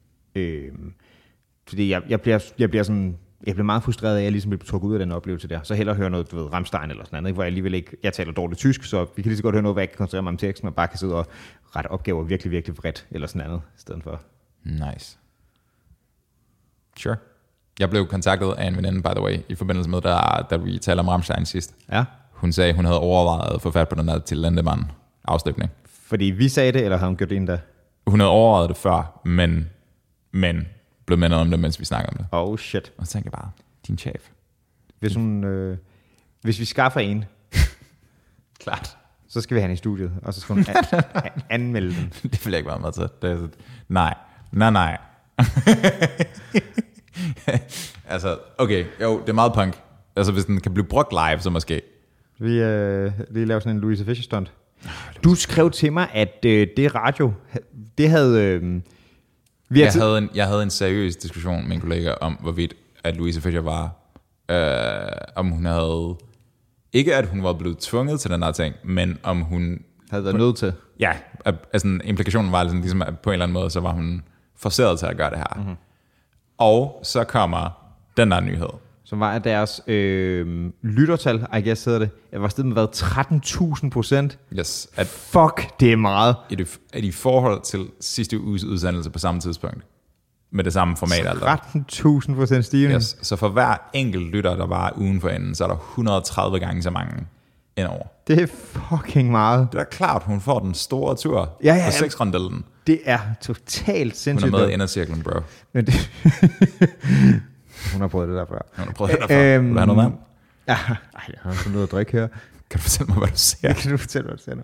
Speaker 2: Fordi jeg bliver meget frustreret af, at jeg ligesom bliver trukket ud af den oplevelse der. Så hellere høre noget, du ved, Rammstein eller sådan noget, hvor jeg alligevel ikke... Jeg taler dårligt tysk, så vi kan lige så godt høre noget, hvor jeg kan koncentrere mig om teksten, og bare kan sidde og rette opgaver virkelig, virkelig bredt, eller sådan noget, i stedet for.
Speaker 1: Nice. Sure. Jeg blev kontaktet af en veninde, by the way, i forbindelse med, da vi talte om Rammstein sidst.
Speaker 2: Ja.
Speaker 1: Hun sagde, hun havde overvejet at få fat på den der til Lindemann-afstøbning.
Speaker 2: Fordi vi sagde det, eller havde hun gjort det endda?
Speaker 1: Hun havde overvejet det før, men blev mindet om det, mens vi snakkede om det.
Speaker 2: Oh shit.
Speaker 1: Og så tænkte jeg bare, din chef.
Speaker 2: Hvis vi skaffer en,
Speaker 1: klart,
Speaker 2: så skal vi have hende i studiet, og så skal hun anmelde den.
Speaker 1: Det vil jeg ikke være med til. Det er så, nej. Altså, okay, jo, det er meget punk. Altså, hvis den kan blive brugt live, så måske.
Speaker 2: Vi laver sådan en Louise Fischer stunt. Du skrev til mig, at det radio, det havde...
Speaker 1: Jeg havde en seriøs diskussion med en kollega om, hvorvidt at Louise Fischer var, om hun havde, ikke at hun var blevet tvunget til den der ting, men om hun
Speaker 2: havde været nødt til.
Speaker 1: Ja, altså implikationen var ligesom, at på en eller anden måde, så var hun forceret til at gøre det her. Mm-hmm. Og så kommer den der nyhed.
Speaker 2: Som var, at deres lyttertal, I guess hedder det, var stedet med hvad, 13.000%?
Speaker 1: Yes.
Speaker 2: Fuck, det er meget.
Speaker 1: I forhold til sidste uges udsendelse på samme tidspunkt. Med det samme format.
Speaker 2: 13.000% stigning.
Speaker 1: Yes. Så for hver enkelt lytter, der var uden for enden, så er der 130 gange så mange indover.
Speaker 2: Det er fucking meget.
Speaker 1: Det er klart, hun får den store tur på 6-rondellen.
Speaker 2: Det er totalt sindssygt.
Speaker 1: Hun er med i indercirklen, bro.
Speaker 2: Men det... Hun har prøvet det der før.
Speaker 1: Vil du have noget med?
Speaker 2: Ja, jeg har sådan noget at drikke her.
Speaker 1: Kan du fortælle mig, hvad du ser?
Speaker 2: Kan du fortælle, hvad du ser nu?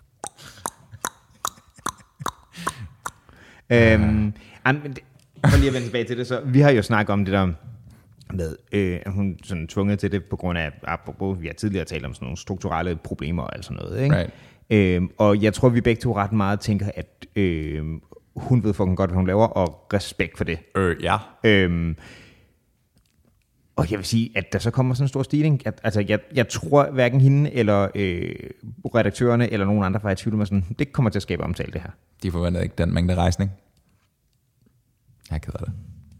Speaker 2: For lige at vende tilbage til det, så vi har jo snakket om det der med, at hun sådan tvunget til det på grund af, apropos, vi har tidligere talt om sådan nogle strukturelle problemer og alt sådan noget, ikke?
Speaker 1: Right.
Speaker 2: Og jeg tror, vi begge to ret meget tænker, at hun ved fucking godt, hvad hun laver, og respekt for det.
Speaker 1: Ja.
Speaker 2: Og jeg vil sige, at der så kommer sådan en stor stigning. Jeg tror hverken hende eller redaktørerne eller nogen andre fra i tvivl med sådan, det kommer til at skabe omtale, det her.
Speaker 1: De forventer ikke den mængde rejsning. Jeg er ked af det.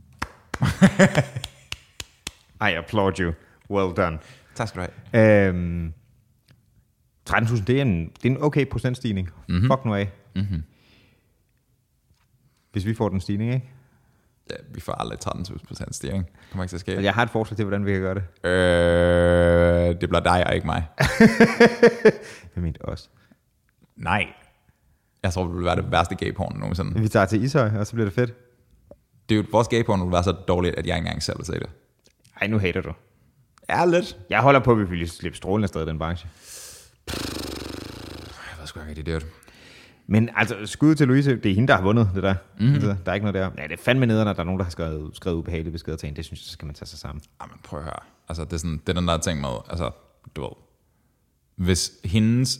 Speaker 2: I applaud you. Well done.
Speaker 1: Tak skal du have.
Speaker 2: 13.000, det er en okay procentstigning. Mm-hmm. Fuck nu af.
Speaker 1: Mm-hmm.
Speaker 2: Hvis vi får den stigning, ikke?
Speaker 1: Ja, vi får aldrig 13.000% stigning. Kommer ikke til at ske.
Speaker 2: Jeg har et forslag til, hvordan vi kan gøre det.
Speaker 1: Det bliver dig og ikke mig.
Speaker 2: Jeg mente også.
Speaker 1: Nej. Jeg tror, det vil være det værste gay-porn nogensinde.
Speaker 2: Vi tager til Ishøj, og så bliver det fedt.
Speaker 1: Det er jo, vores gay-porn vil være så dårligt, at jeg ikke engang selv vil se det.
Speaker 2: Ej, nu hater du.
Speaker 1: Ja, lidt.
Speaker 2: Jeg holder på, at vi vil slippe strålende afsted i den branche.
Speaker 1: Jeg ved sgu ikke, det er det.
Speaker 2: Men altså, skud til Louise, det er hende, der har vundet det der. Mm-hmm. Der er ikke noget der. Ja, det er fandme nederne, at der er nogen, der har skrevet ubehagelige beskeder til hende. Det synes jeg, så skal man tage sig sammen.
Speaker 1: Jamen, prøv at høre. Altså, det er den der ting med, altså, du ved, hvis hendes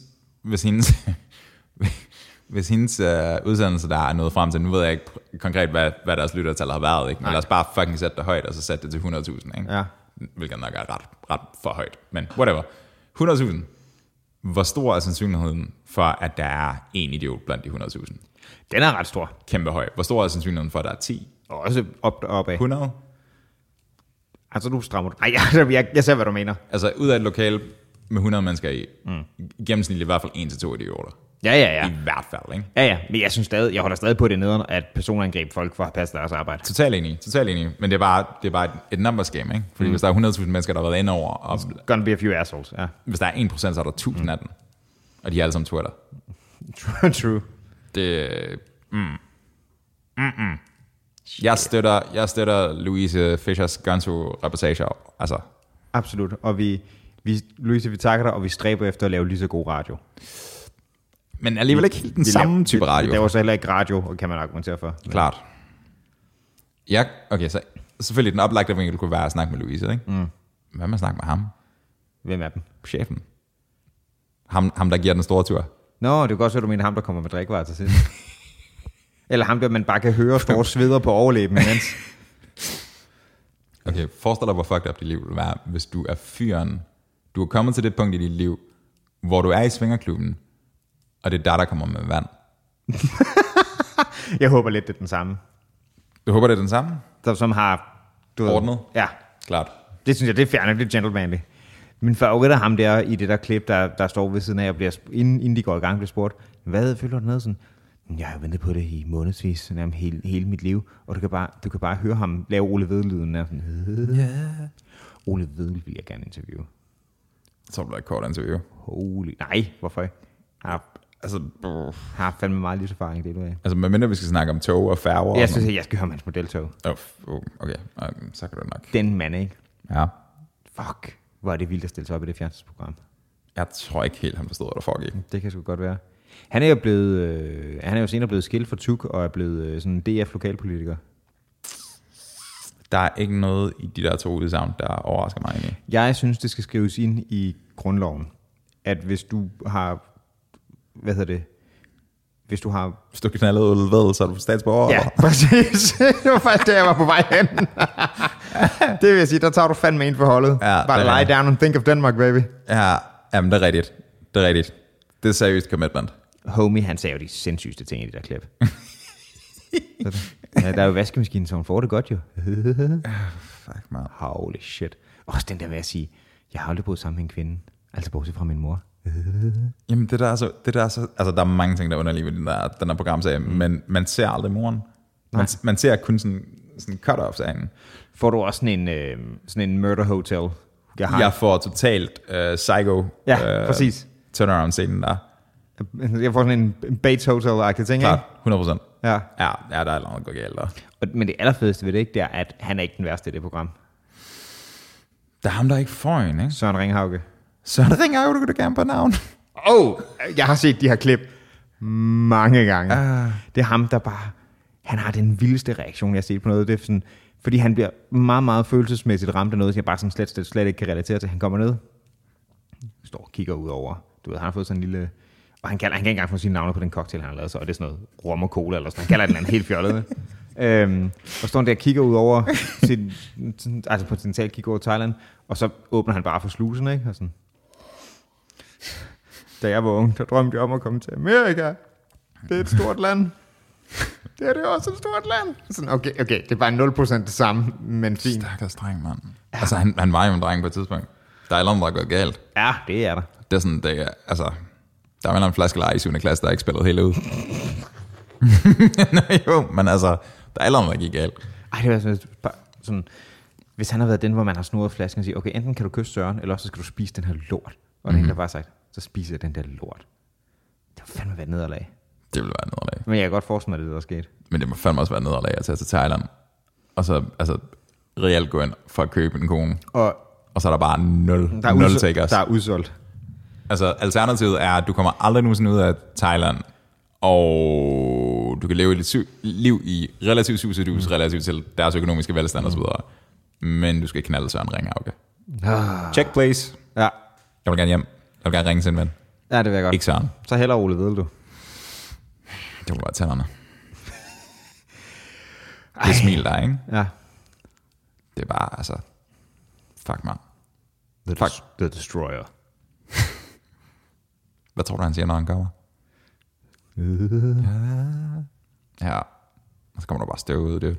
Speaker 1: udsendelse, der er nået frem til, nu ved jeg ikke konkret, hvad deres lyttertal har været, ikke? Men lad os bare fucking sætte det højt, og så sætte det til 100.000, ikke?
Speaker 2: Ja.
Speaker 1: Hvilket nok er ret for højt, men whatever. 100.000. Hvor stor er sandsynligheden for, at der er en idiot blandt de 100.000?
Speaker 2: Den er ret stor.
Speaker 1: Kæmpe høj. Hvor stor er sandsynligheden for, at der er 10?
Speaker 2: Og også opad.
Speaker 1: 100?
Speaker 2: Altså, du strammer det. Nej, jeg ser, hvad du mener.
Speaker 1: Altså, ud af et lokale med 100 mennesker i, gennemsnitligt i hvert fald 1-2 idioter.
Speaker 2: Ja.
Speaker 1: I hvert fald, ikke?
Speaker 2: Ja, men jeg holder stadig på det nederen, at personangreb folk for at passe deres arbejde.
Speaker 1: Totalt enig. Men det er bare et numbers game, ikke? Fordi hvis der er 100.000 mennesker, der har været inde over, og
Speaker 2: Gonna be a few assholes, ja.
Speaker 1: Hvis der er 1%, så er der 1.000 af dem. Og de er alle sammen Twitter.
Speaker 2: True.
Speaker 1: Det... Jeg støtter Louise Fischers Gonzo-reportager. Altså.
Speaker 2: Absolut. Og Louise, vi takker dig, og vi stræber efter at lave lige så god radio.
Speaker 1: Men alligevel ikke helt den samme type radio.
Speaker 2: Det er også heller ikke radio, og kan man argumentere for.
Speaker 1: Klart. Ja, okay, så selvfølgelig den oplagte vinkel kunne være at snakke med Louise, ikke? Hvad med at snakke med ham?
Speaker 2: Hvem er dem?
Speaker 1: Chefen. Ham der giver den store tur.
Speaker 2: Nå, det er godt, at du mener ham, der kommer med drikkevarer til sidst. Eller ham, der man bare kan høre store sveder på overlæben imens.
Speaker 1: Okay, forestil dig, hvor fucked up dit liv vil være, hvis du er fyren. Du er kommet til det punkt i dit liv, hvor du er i svingerklubben, og det er der kommer med vand.
Speaker 2: Jeg håber lidt, det er den samme.
Speaker 1: Du håber, det er den samme?
Speaker 2: Som har...
Speaker 1: Ordnet?
Speaker 2: Ja.
Speaker 1: Klart.
Speaker 2: Det synes jeg, det er fair nok, det er gentlemanly. Min favorit er ham der i det der klip, der står ved siden af, og bliver, inden de går i gang, bliver spurgt, hvad føler du med sådan? Jeg har ventet på det i månedsvis, nærmest hele mit liv, og du kan bare høre ham lave Ole Vedlyden. Ole Vedly vil jeg gerne interviewe.
Speaker 1: Så bliver det et kort interview.
Speaker 2: Holy... Nej, hvorfor ikke? Har fandme meget livserfaring, det du af.
Speaker 1: Altså, medmindre vi skal snakke om tog og færger.
Speaker 2: Jeg synes, jeg skal høre hans modeltog.
Speaker 1: Okay, så kan det nok.
Speaker 2: Den mand, ikke?
Speaker 1: Ja.
Speaker 2: Fuck, hvor er det vildt at stille sig op i det fjernsynsprogram.
Speaker 1: Jeg tror ikke helt, han forstod, hvad der foregik.
Speaker 2: Det kan sgu godt være. Han er jo senere blevet skilt fra TUK og er blevet sådan en DF-lokalpolitiker.
Speaker 1: Der er ikke noget i de der to udsagn, der overrasker mig egentlig.
Speaker 2: Jeg synes, det skal skrives ind i grundloven, at hvis du har... Hvis du
Speaker 1: knaldede Ole Vedel, så er du statsborger.
Speaker 2: Ja, præcis. Det var faktisk der, jeg var på vej hen. Det vil jeg sige, der tager du fandme ind for holdet. Ja, bare lie down and think of Denmark, baby.
Speaker 1: Ja, jamen det er rigtigt. Det er seriøst commitment.
Speaker 2: Homie, han sagde jo de sindssygste ting i det der klip. Ja, der er jo vaskemaskinen, så hun får det godt jo.
Speaker 1: Fuck, man.
Speaker 2: Holy shit. Også den der med at sige, jeg har aldrig boet sammen med en kvinde. Altså bortset fra min mor.
Speaker 1: Jamen det der er så, altså der er mange ting, der er underlige ved den der programserie, men man ser aldrig moren. Man ser kun sådan cut-offs af hende.
Speaker 2: Får du også sådan en murder hotel?
Speaker 1: Jeg får totalt psycho
Speaker 2: præcis.
Speaker 1: turnaround-scenen der.
Speaker 2: Jeg får sådan en Bates Hotel-agtig ting,
Speaker 1: klart, 100%.
Speaker 2: Ja,
Speaker 1: der er noget gået galt der.
Speaker 2: Men det allerfedeste ved det, ikke, det er, at han er ikke den værste i det program. Der
Speaker 1: er ham, der ikke får en, ikke?
Speaker 2: Søren Ringhauge.
Speaker 1: Søren Ringhauge, du kan gerne på navn.
Speaker 2: Jeg har set de her klip mange gange. Det er ham, der bare... Han har den vildeste reaktion, jeg har set på noget. Det er sådan, fordi han bliver meget, meget følelsesmæssigt ramt af noget, som jeg bare sådan slet ikke kan relatere til. Han kommer ned, står og kigger ud over. Du ved, han har fået sådan en lille... Og han kan ikke engang få sine navne på den cocktail, han har lavet, så og det er sådan noget rom og cola eller sådan. Han kalder den anden helt fjollet. Og står han der og kigger ud over, altså potentielt kigger over Thailand, og så åbner han bare for slusen, ikke? Og sådan. Da jeg var ung, der drømte jeg om at komme til Amerika. Det er et stort land. Det er også et stort land. Sådan, okay, det er bare 0% det samme, men fint.
Speaker 1: Stakkels dreng, mand. Ja. Altså, han var jo en dreng på et tidspunkt. Der er et eller andet, der er gået galt.
Speaker 2: Ja, det er der.
Speaker 1: Det er sådan, altså... Der er en flaske leje i 7. klasse, der er ikke spillet helt ud. Nej, jo, men altså, der er allerede der gik galt.
Speaker 2: Ej, det var sådan, hvis han har været den, hvor man har snurret flasken og siger, okay, enten kan du kysse Søren, eller også skal du spise den her lort. Og den der bare sagt, så spiser jeg den der lort. Det må fandme være nederlag.
Speaker 1: Det ville være nederlag.
Speaker 2: Men jeg kan godt forestille mig, det der er sket.
Speaker 1: Men det må fandme også være nederlag at tage til Thailand. Og så altså, reelt gå ind for at købe en kone. Og så er der bare nul takers.
Speaker 2: Der er udsolgt.
Speaker 1: Altså, alternativet er, at du kommer aldrig nogensinde ud af Thailand, og du kan leve et liv i relativt susedus, relativt til deres økonomiske velstand osv. Men du skal knalde Søren Ringhauge. Check, please.
Speaker 2: Ja.
Speaker 1: Jeg vil gerne hjem. Jeg vil gerne ringe til en ven.
Speaker 2: Ja, det vil jeg godt.
Speaker 1: Ikke Søren.
Speaker 2: Så heller Ole, ved du.
Speaker 1: Det var bare tænderne. Det smil der, ikke?
Speaker 2: Ja.
Speaker 1: Det er bare, altså... Fuck, man.
Speaker 2: The Destroyer.
Speaker 1: Hvad tror du, han siger, når han kommer? Ja. Og så kommer der bare støv ud, det.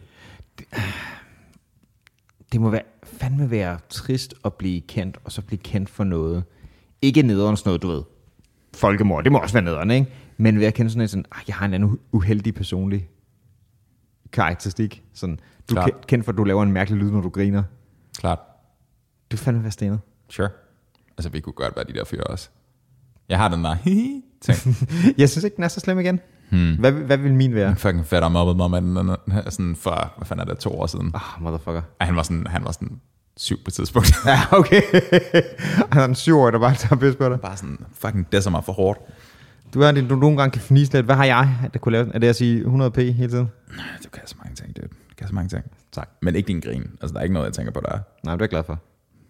Speaker 2: Det må fandme være trist at blive kendt, og så blive kendt for noget. Ikke nederen sådan noget, du ved. Folkemord, det må også være nederen, ikke? Men ved at kende sådan en, jeg har en anden uheldig personlig karakteristik. Sådan, du er kendt for, at du laver en mærkelig lyd, når du griner.
Speaker 1: Klart.
Speaker 2: Det er fandme være stenet.
Speaker 1: Sure. Altså, vi kunne godt være de der fyre også. Jeg har den der ting.
Speaker 2: Jeg synes ikke, den er så slem igen. Hvad vil min være?
Speaker 1: Fucking fedt, om oppe med den sådan for, hvad fanden er det, 2 år siden.
Speaker 2: Motherfucker.
Speaker 1: Ja, han var sådan 7 på tidspunkt.
Speaker 2: Ja, okay. Han er en 7-årig, der bare tager pis på dig.
Speaker 1: Bare sådan, fucking desser mig for hårdt.
Speaker 2: Du nogle gange kan fnise lidt. Hvad har jeg, der kunne lave? Er det at sige 100p hele tiden?
Speaker 1: Nej, du kan så mange ting, dude. Du kan så mange ting.
Speaker 2: Tak.
Speaker 1: Men ikke din grin. Altså, der er ikke noget, jeg tænker på, der er.
Speaker 2: Nej, det er jeg glad for.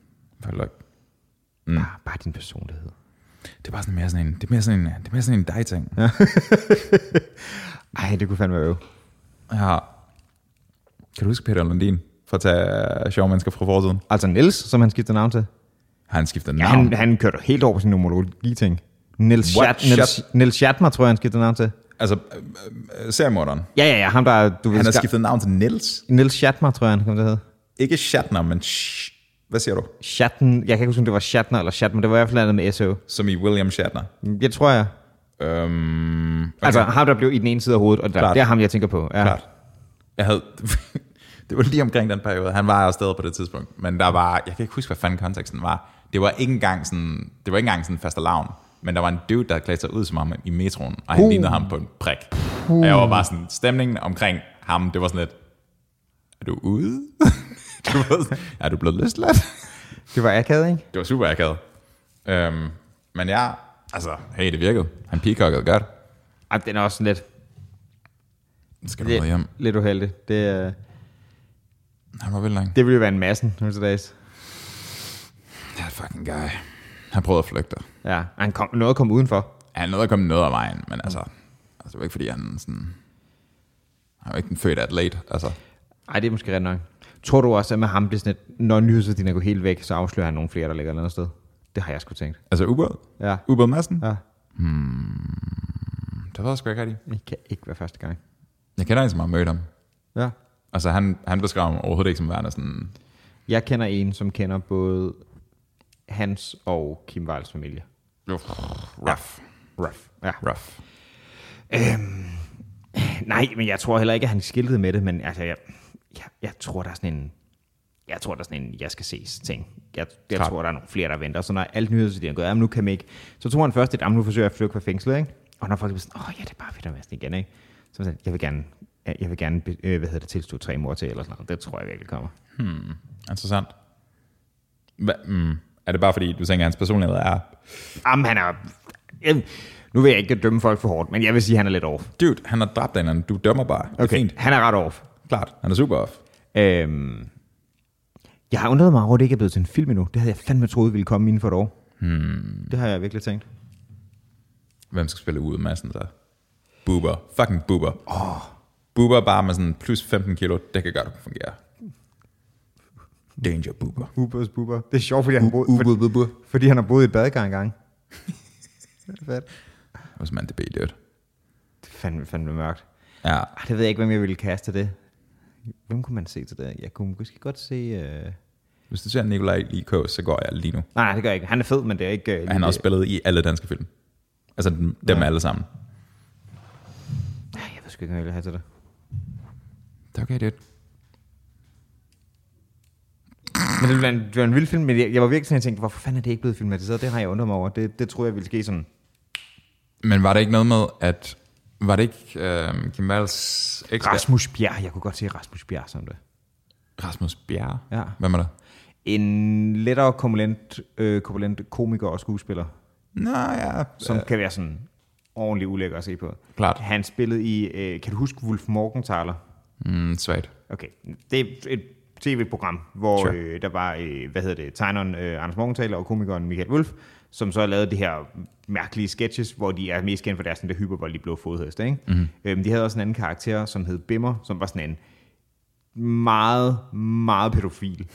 Speaker 2: Bare din personlighed.
Speaker 1: Det er bare sådan mere sådan en dig-ting.
Speaker 2: Ja. Ej, det kunne fandme være øv.
Speaker 1: Ja. Kan du huske Peter Lundin? For at tage sjove mennesker fra fortiden.
Speaker 2: Altså Niels, som han skifter navn til.
Speaker 1: Han skifter navn?
Speaker 2: Ja, han kørte helt over på sin numerologi-ting. Niels Shatner, tror jeg, han skifter navn til.
Speaker 1: Altså, seriemorderen?
Speaker 2: Ja, ham der...
Speaker 1: Han har skiftet navn til Niels?
Speaker 2: Niels Shatner, tror jeg, han kom til at hedde.
Speaker 1: Ikke Shatner, men... Hvad siger du?
Speaker 2: Shatner, jeg kan ikke huske, om det var Shatner eller Shatner, det var i hvert fald andet med SO.
Speaker 1: Som i William Shatner?
Speaker 2: Det tror jeg.
Speaker 1: Okay.
Speaker 2: Altså ham, der blev i den ene side af hovedet, og det er ham, jeg tænker på. Ja.
Speaker 1: Klart. Det var lige omkring den periode. Han var jo stadig på det tidspunkt. Men der var... Jeg kan ikke huske, hvad fanden konteksten var. Det var ikke engang sådan fastelavn. Men der var en dude, der klædte sig ud som ham i metroen, og han lignede ham på en prik. Og jeg var bare sådan... Stemningen omkring ham, det var sådan lidt... Er du ude? Er du blevet løsladt?
Speaker 2: Det var akavet, ikke?
Speaker 1: Det var super akavet. Men ja, altså, hey, det virkede. Han peacockede godt.
Speaker 2: Ej, den er også sådan lidt...
Speaker 1: Skal du med hjem?
Speaker 2: Lidt uheldigt.
Speaker 1: Han var vildt lang.
Speaker 2: Det ville jo være en massen nu til dags.
Speaker 1: That fucking guy. Han prøvede at flygte.
Speaker 2: Ja, han nåede at komme udenfor.
Speaker 1: Han nåede at komme noget af vejen, men altså det var ikke fordi han sådan... Han var ikke den fødte atlet, altså. Ej,
Speaker 2: det er måske ret nok. Tror du også, at med ham, det er sådan et, når nyhedsværdien går helt væk, så afslører han nogle flere, der ligger et andet sted? Det har jeg sgu tænkt.
Speaker 1: Altså Ubåd?
Speaker 2: Ja.
Speaker 1: Ubåd Madsen?
Speaker 2: Ja.
Speaker 1: Det ved jeg sgu ikke rigtig.
Speaker 2: Det kan ikke være første gang.
Speaker 1: Jeg kender en, som har mødt ham.
Speaker 2: Ja.
Speaker 1: Altså han beskrev ham overhovedet ikke som værende sådan...
Speaker 2: Jeg kender en, som kender både hans og Kim Wilds familie.
Speaker 1: Rough.
Speaker 2: Ja.
Speaker 1: Rough.
Speaker 2: Nej, men jeg tror heller ikke, at han skiltede med det, men altså, jeg tror, der er sådan en, jeg skal ses ting. Jeg tror, der er nogle flere, der venter. Så når alt nyhedsværdien går, nu kan man ikke. Så tror han først, at nu forsøger jeg at flygte fra fængslet, ikke? Og når folk er sådan, ja, det er bare fedt at være sådan igen, ikke? Så jeg vil gerne, tilstå 3 mord til, eller sådan noget. Det tror jeg virkelig kommer.
Speaker 1: Interessant. Er det bare fordi, du tænker, at hans personlighed er...
Speaker 2: Jamen, han er... Nu vil jeg ikke dømme folk for hårdt, men jeg vil sige, at han er lidt off.
Speaker 1: Dude, han har dræbt en anden. Du dømmer bare.
Speaker 2: Okay, fint. Han er ret off.
Speaker 1: Klart, han er super off.
Speaker 2: Jeg har undret mig over, at det ikke er blevet til en film endnu. Det havde jeg fandme troet ville komme inden for et år. Det har jeg virkelig tænkt.
Speaker 1: Hvem skal spille ude Madsen så? Bubber. Fucking Bubber. Bubber bare med sådan plus 15 kilo. Det kan godt fungere. Danger Bubber.
Speaker 2: Bubber. Det er sjovt, fordi han har boet i et badekar engang. Det er fedt.
Speaker 1: Hvis man det bedre.
Speaker 2: Det er fandme mørkt.
Speaker 1: Ja.
Speaker 2: Det ved jeg ikke, hvem jeg ville kaste det. Hvem kunne man se til det? Jeg kunne måske godt se...
Speaker 1: Hvis du ser Nikolaj Likås, så går jeg lige nu.
Speaker 2: Nej, det gør jeg ikke. Han er fed, men det er ikke...
Speaker 1: Han har også spillet i alle danske film. Altså dem alle sammen.
Speaker 2: Jeg ved sgu ikke, hvad jeg vil have til det.
Speaker 1: Det er okay, det.
Speaker 2: Men det var en vild film, men jeg var virkelig sådan, jeg tænkte, hvorfor fanden er det ikke blevet filmatiseret? Det har jeg undret mig over. Det tror jeg ville ske sådan. Men
Speaker 1: var det ikke noget med, at... Var det ikke Kim Walds eks?
Speaker 2: Rasmus Bjerg. Jeg kunne godt se Rasmus Bjerg som det.
Speaker 1: Rasmus Bjerg?
Speaker 2: Ja.
Speaker 1: Hvem er det?
Speaker 2: En lettere korpulent komiker og skuespiller.
Speaker 1: Nå ja.
Speaker 2: Som kan være sådan ordentligt ulækker at se på.
Speaker 1: Klart.
Speaker 2: Han spillede i... kan du huske Wolf Morgenthaler?
Speaker 1: Svagt.
Speaker 2: Okay. Det er et tv-program, hvor der var, tegneren Anders Morgenthaler og komikeren Michael Wolf, som så lavede det her mærkelige sketches, hvor de er mest kendt for deres sådan der hypervoldelige blå fodhest, ikke? De havde også en anden karakter, som hed Bimmer, som var sådan en meget, meget pædofil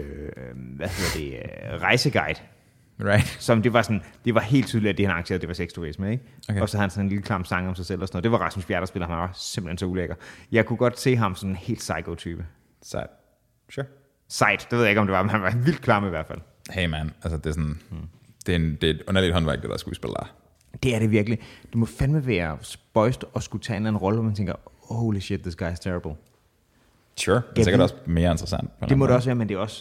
Speaker 2: rejseguide.
Speaker 1: Right.
Speaker 2: Som det var helt tydeligt, at det han arrangerede, det var sexturisme, ikke? Okay. Og så havde han sådan en lille klam sang om sig selv og sådan noget. Det var Rasmus Bjerre, der spiller, han var simpelthen så ulækker. Jeg kunne godt se ham sådan en helt psycho-type.
Speaker 1: Sejt. Sure.
Speaker 2: Sejt, det ved jeg ikke, om det var, men han var vildt klam i hvert fald.
Speaker 1: Hey man, altså det er sådan, det er et underligt håndværk, det der skuespiller.
Speaker 2: Det er det virkelig. Du må fandme være spøjst og skulle tage en eller anden rolle, hvor man tænker, holy shit, this guy is terrible.
Speaker 1: Sure, det er sikkert også mere interessant.
Speaker 2: Det må det også være, men det er også,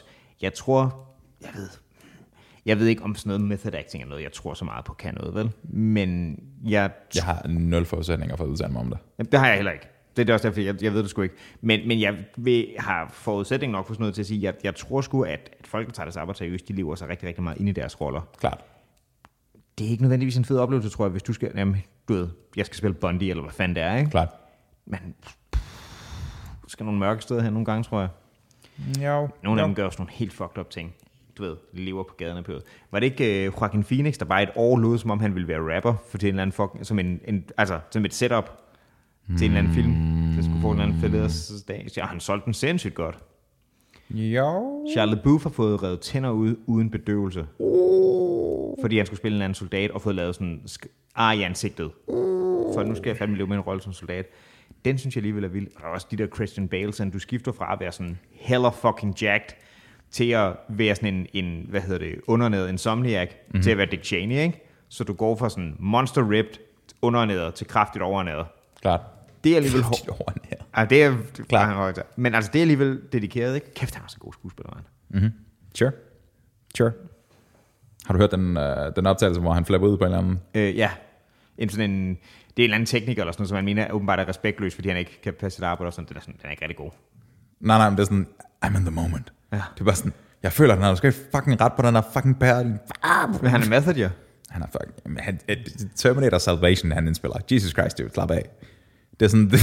Speaker 2: jeg ved ikke om sådan noget method acting er noget, jeg tror så meget på kan noget, vel? Men jeg
Speaker 1: har 0 forudsætninger for at udtale mig om det.
Speaker 2: Jamen, det har jeg heller ikke. Det er også derfor, jeg ved det sgu ikke. Men jeg har forudsætning nok for sådan noget til at sige, jeg tror sgu, at folk, der tager deres arbejde seriøst, de lever sig rigtig, rigtig meget ind i deres roller.
Speaker 1: Klart.
Speaker 2: Det er ikke nødvendigvis en fed oplevelse, tror jeg, hvis du skal, jeg skal spille Bondi, eller hvad fanden det er, ikke?
Speaker 1: Klart.
Speaker 2: Men skal nogle mørke steder hen nogle gange, tror jeg.
Speaker 1: Jo.
Speaker 2: Nogle af dem gør også nogle helt fucked up ting. Du ved, lever på gaderne på. Var det ikke Joaquin Phoenix, der bare et år lod, som om han ville være rapper, for til en eller anden fucking, som et setup til en eller anden film, der skulle få en eller anden fælleders. Ja, han solgte den sindssygt godt.
Speaker 1: Jo.
Speaker 2: Shia LaBeouf har fået revet tænder ud uden bedøvelse. Fordi han skulle spille en anden soldat, og fået lavet sådan i ansigtet. For nu skal jeg fandme leve med en rolle som soldat. Den synes jeg alligevel er vild. Og der er også de der Christian Bale, sådan du skifter fra at være sådan hella fucking jacked, til at være sådan en undernæret insomniac, til at være Dick Cheney, ikke? Så du går fra sådan monster ripped, undernæret, til kraftigt overnæret.
Speaker 1: Klart.
Speaker 2: Det er alligevel
Speaker 1: overnæret.
Speaker 2: Ja, det er klart. Men altså, det er alligevel dedikeret, ikke? Kæft, han er så god skuespiller,
Speaker 1: man. Sure. Har du hørt den optagelse, hvor han flapper ud på en eller anden?
Speaker 2: Ja. Det er en eller anden tekniker eller sådan noget, som han mener åbenbart er respektløs, fordi han ikke kan passe sit arbejde og sådan. Den er ikke rigtig god.
Speaker 1: Nej, men det er sådan, I'm in the moment. Ja. Det er bare sådan, jeg føler, at han har sgu fucking ret på den her fucking pære.
Speaker 2: Men han er method, ja.
Speaker 1: Han er fucking... Terminator Salvation, han indspiller. Jesus Christ, dude, slap af. Det er sådan...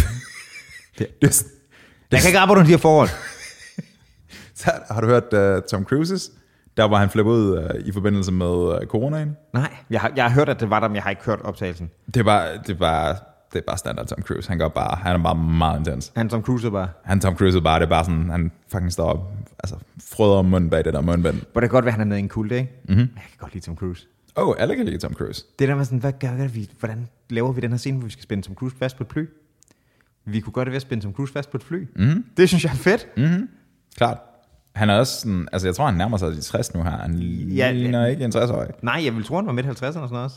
Speaker 2: Jeg kan ikke arbejde under de her forhold.
Speaker 1: Så har du hørt Tom Cruises? Der var han flippet ud i forbindelse med coronaen.
Speaker 2: Nej, jeg har hørt, at det var der, men jeg har ikke hørt optagelsen.
Speaker 1: Det er bare standard Tom Cruise. Han er bare meget intens.
Speaker 2: Han Tom Cruise bare.
Speaker 1: Det er bare sådan, han fucking står op, altså frøder munden bag det der mundbind.
Speaker 2: Hvor det kan godt være, han er nede i en kult, ikke?
Speaker 1: Mm-hmm.
Speaker 2: Jeg kan godt lide Tom Cruise.
Speaker 1: Alle kan lide Tom Cruise.
Speaker 2: Det der med sådan, hvad gør vi? Hvordan laver vi den her scene, hvor vi skal spænde Tom Cruise fast på et fly? Vi kunne godt være at spænde Tom Cruise fast på et fly.
Speaker 1: Mm-hmm.
Speaker 2: Det synes jeg er fedt.
Speaker 1: Mm-hmm. Klart. Han er også sådan, altså jeg tror, han nærmer sig de 60 nu her. Han ligner ikke en 60-årig.
Speaker 2: Nej, jeg vil tro, han var midt 50'erne og sådan noget også.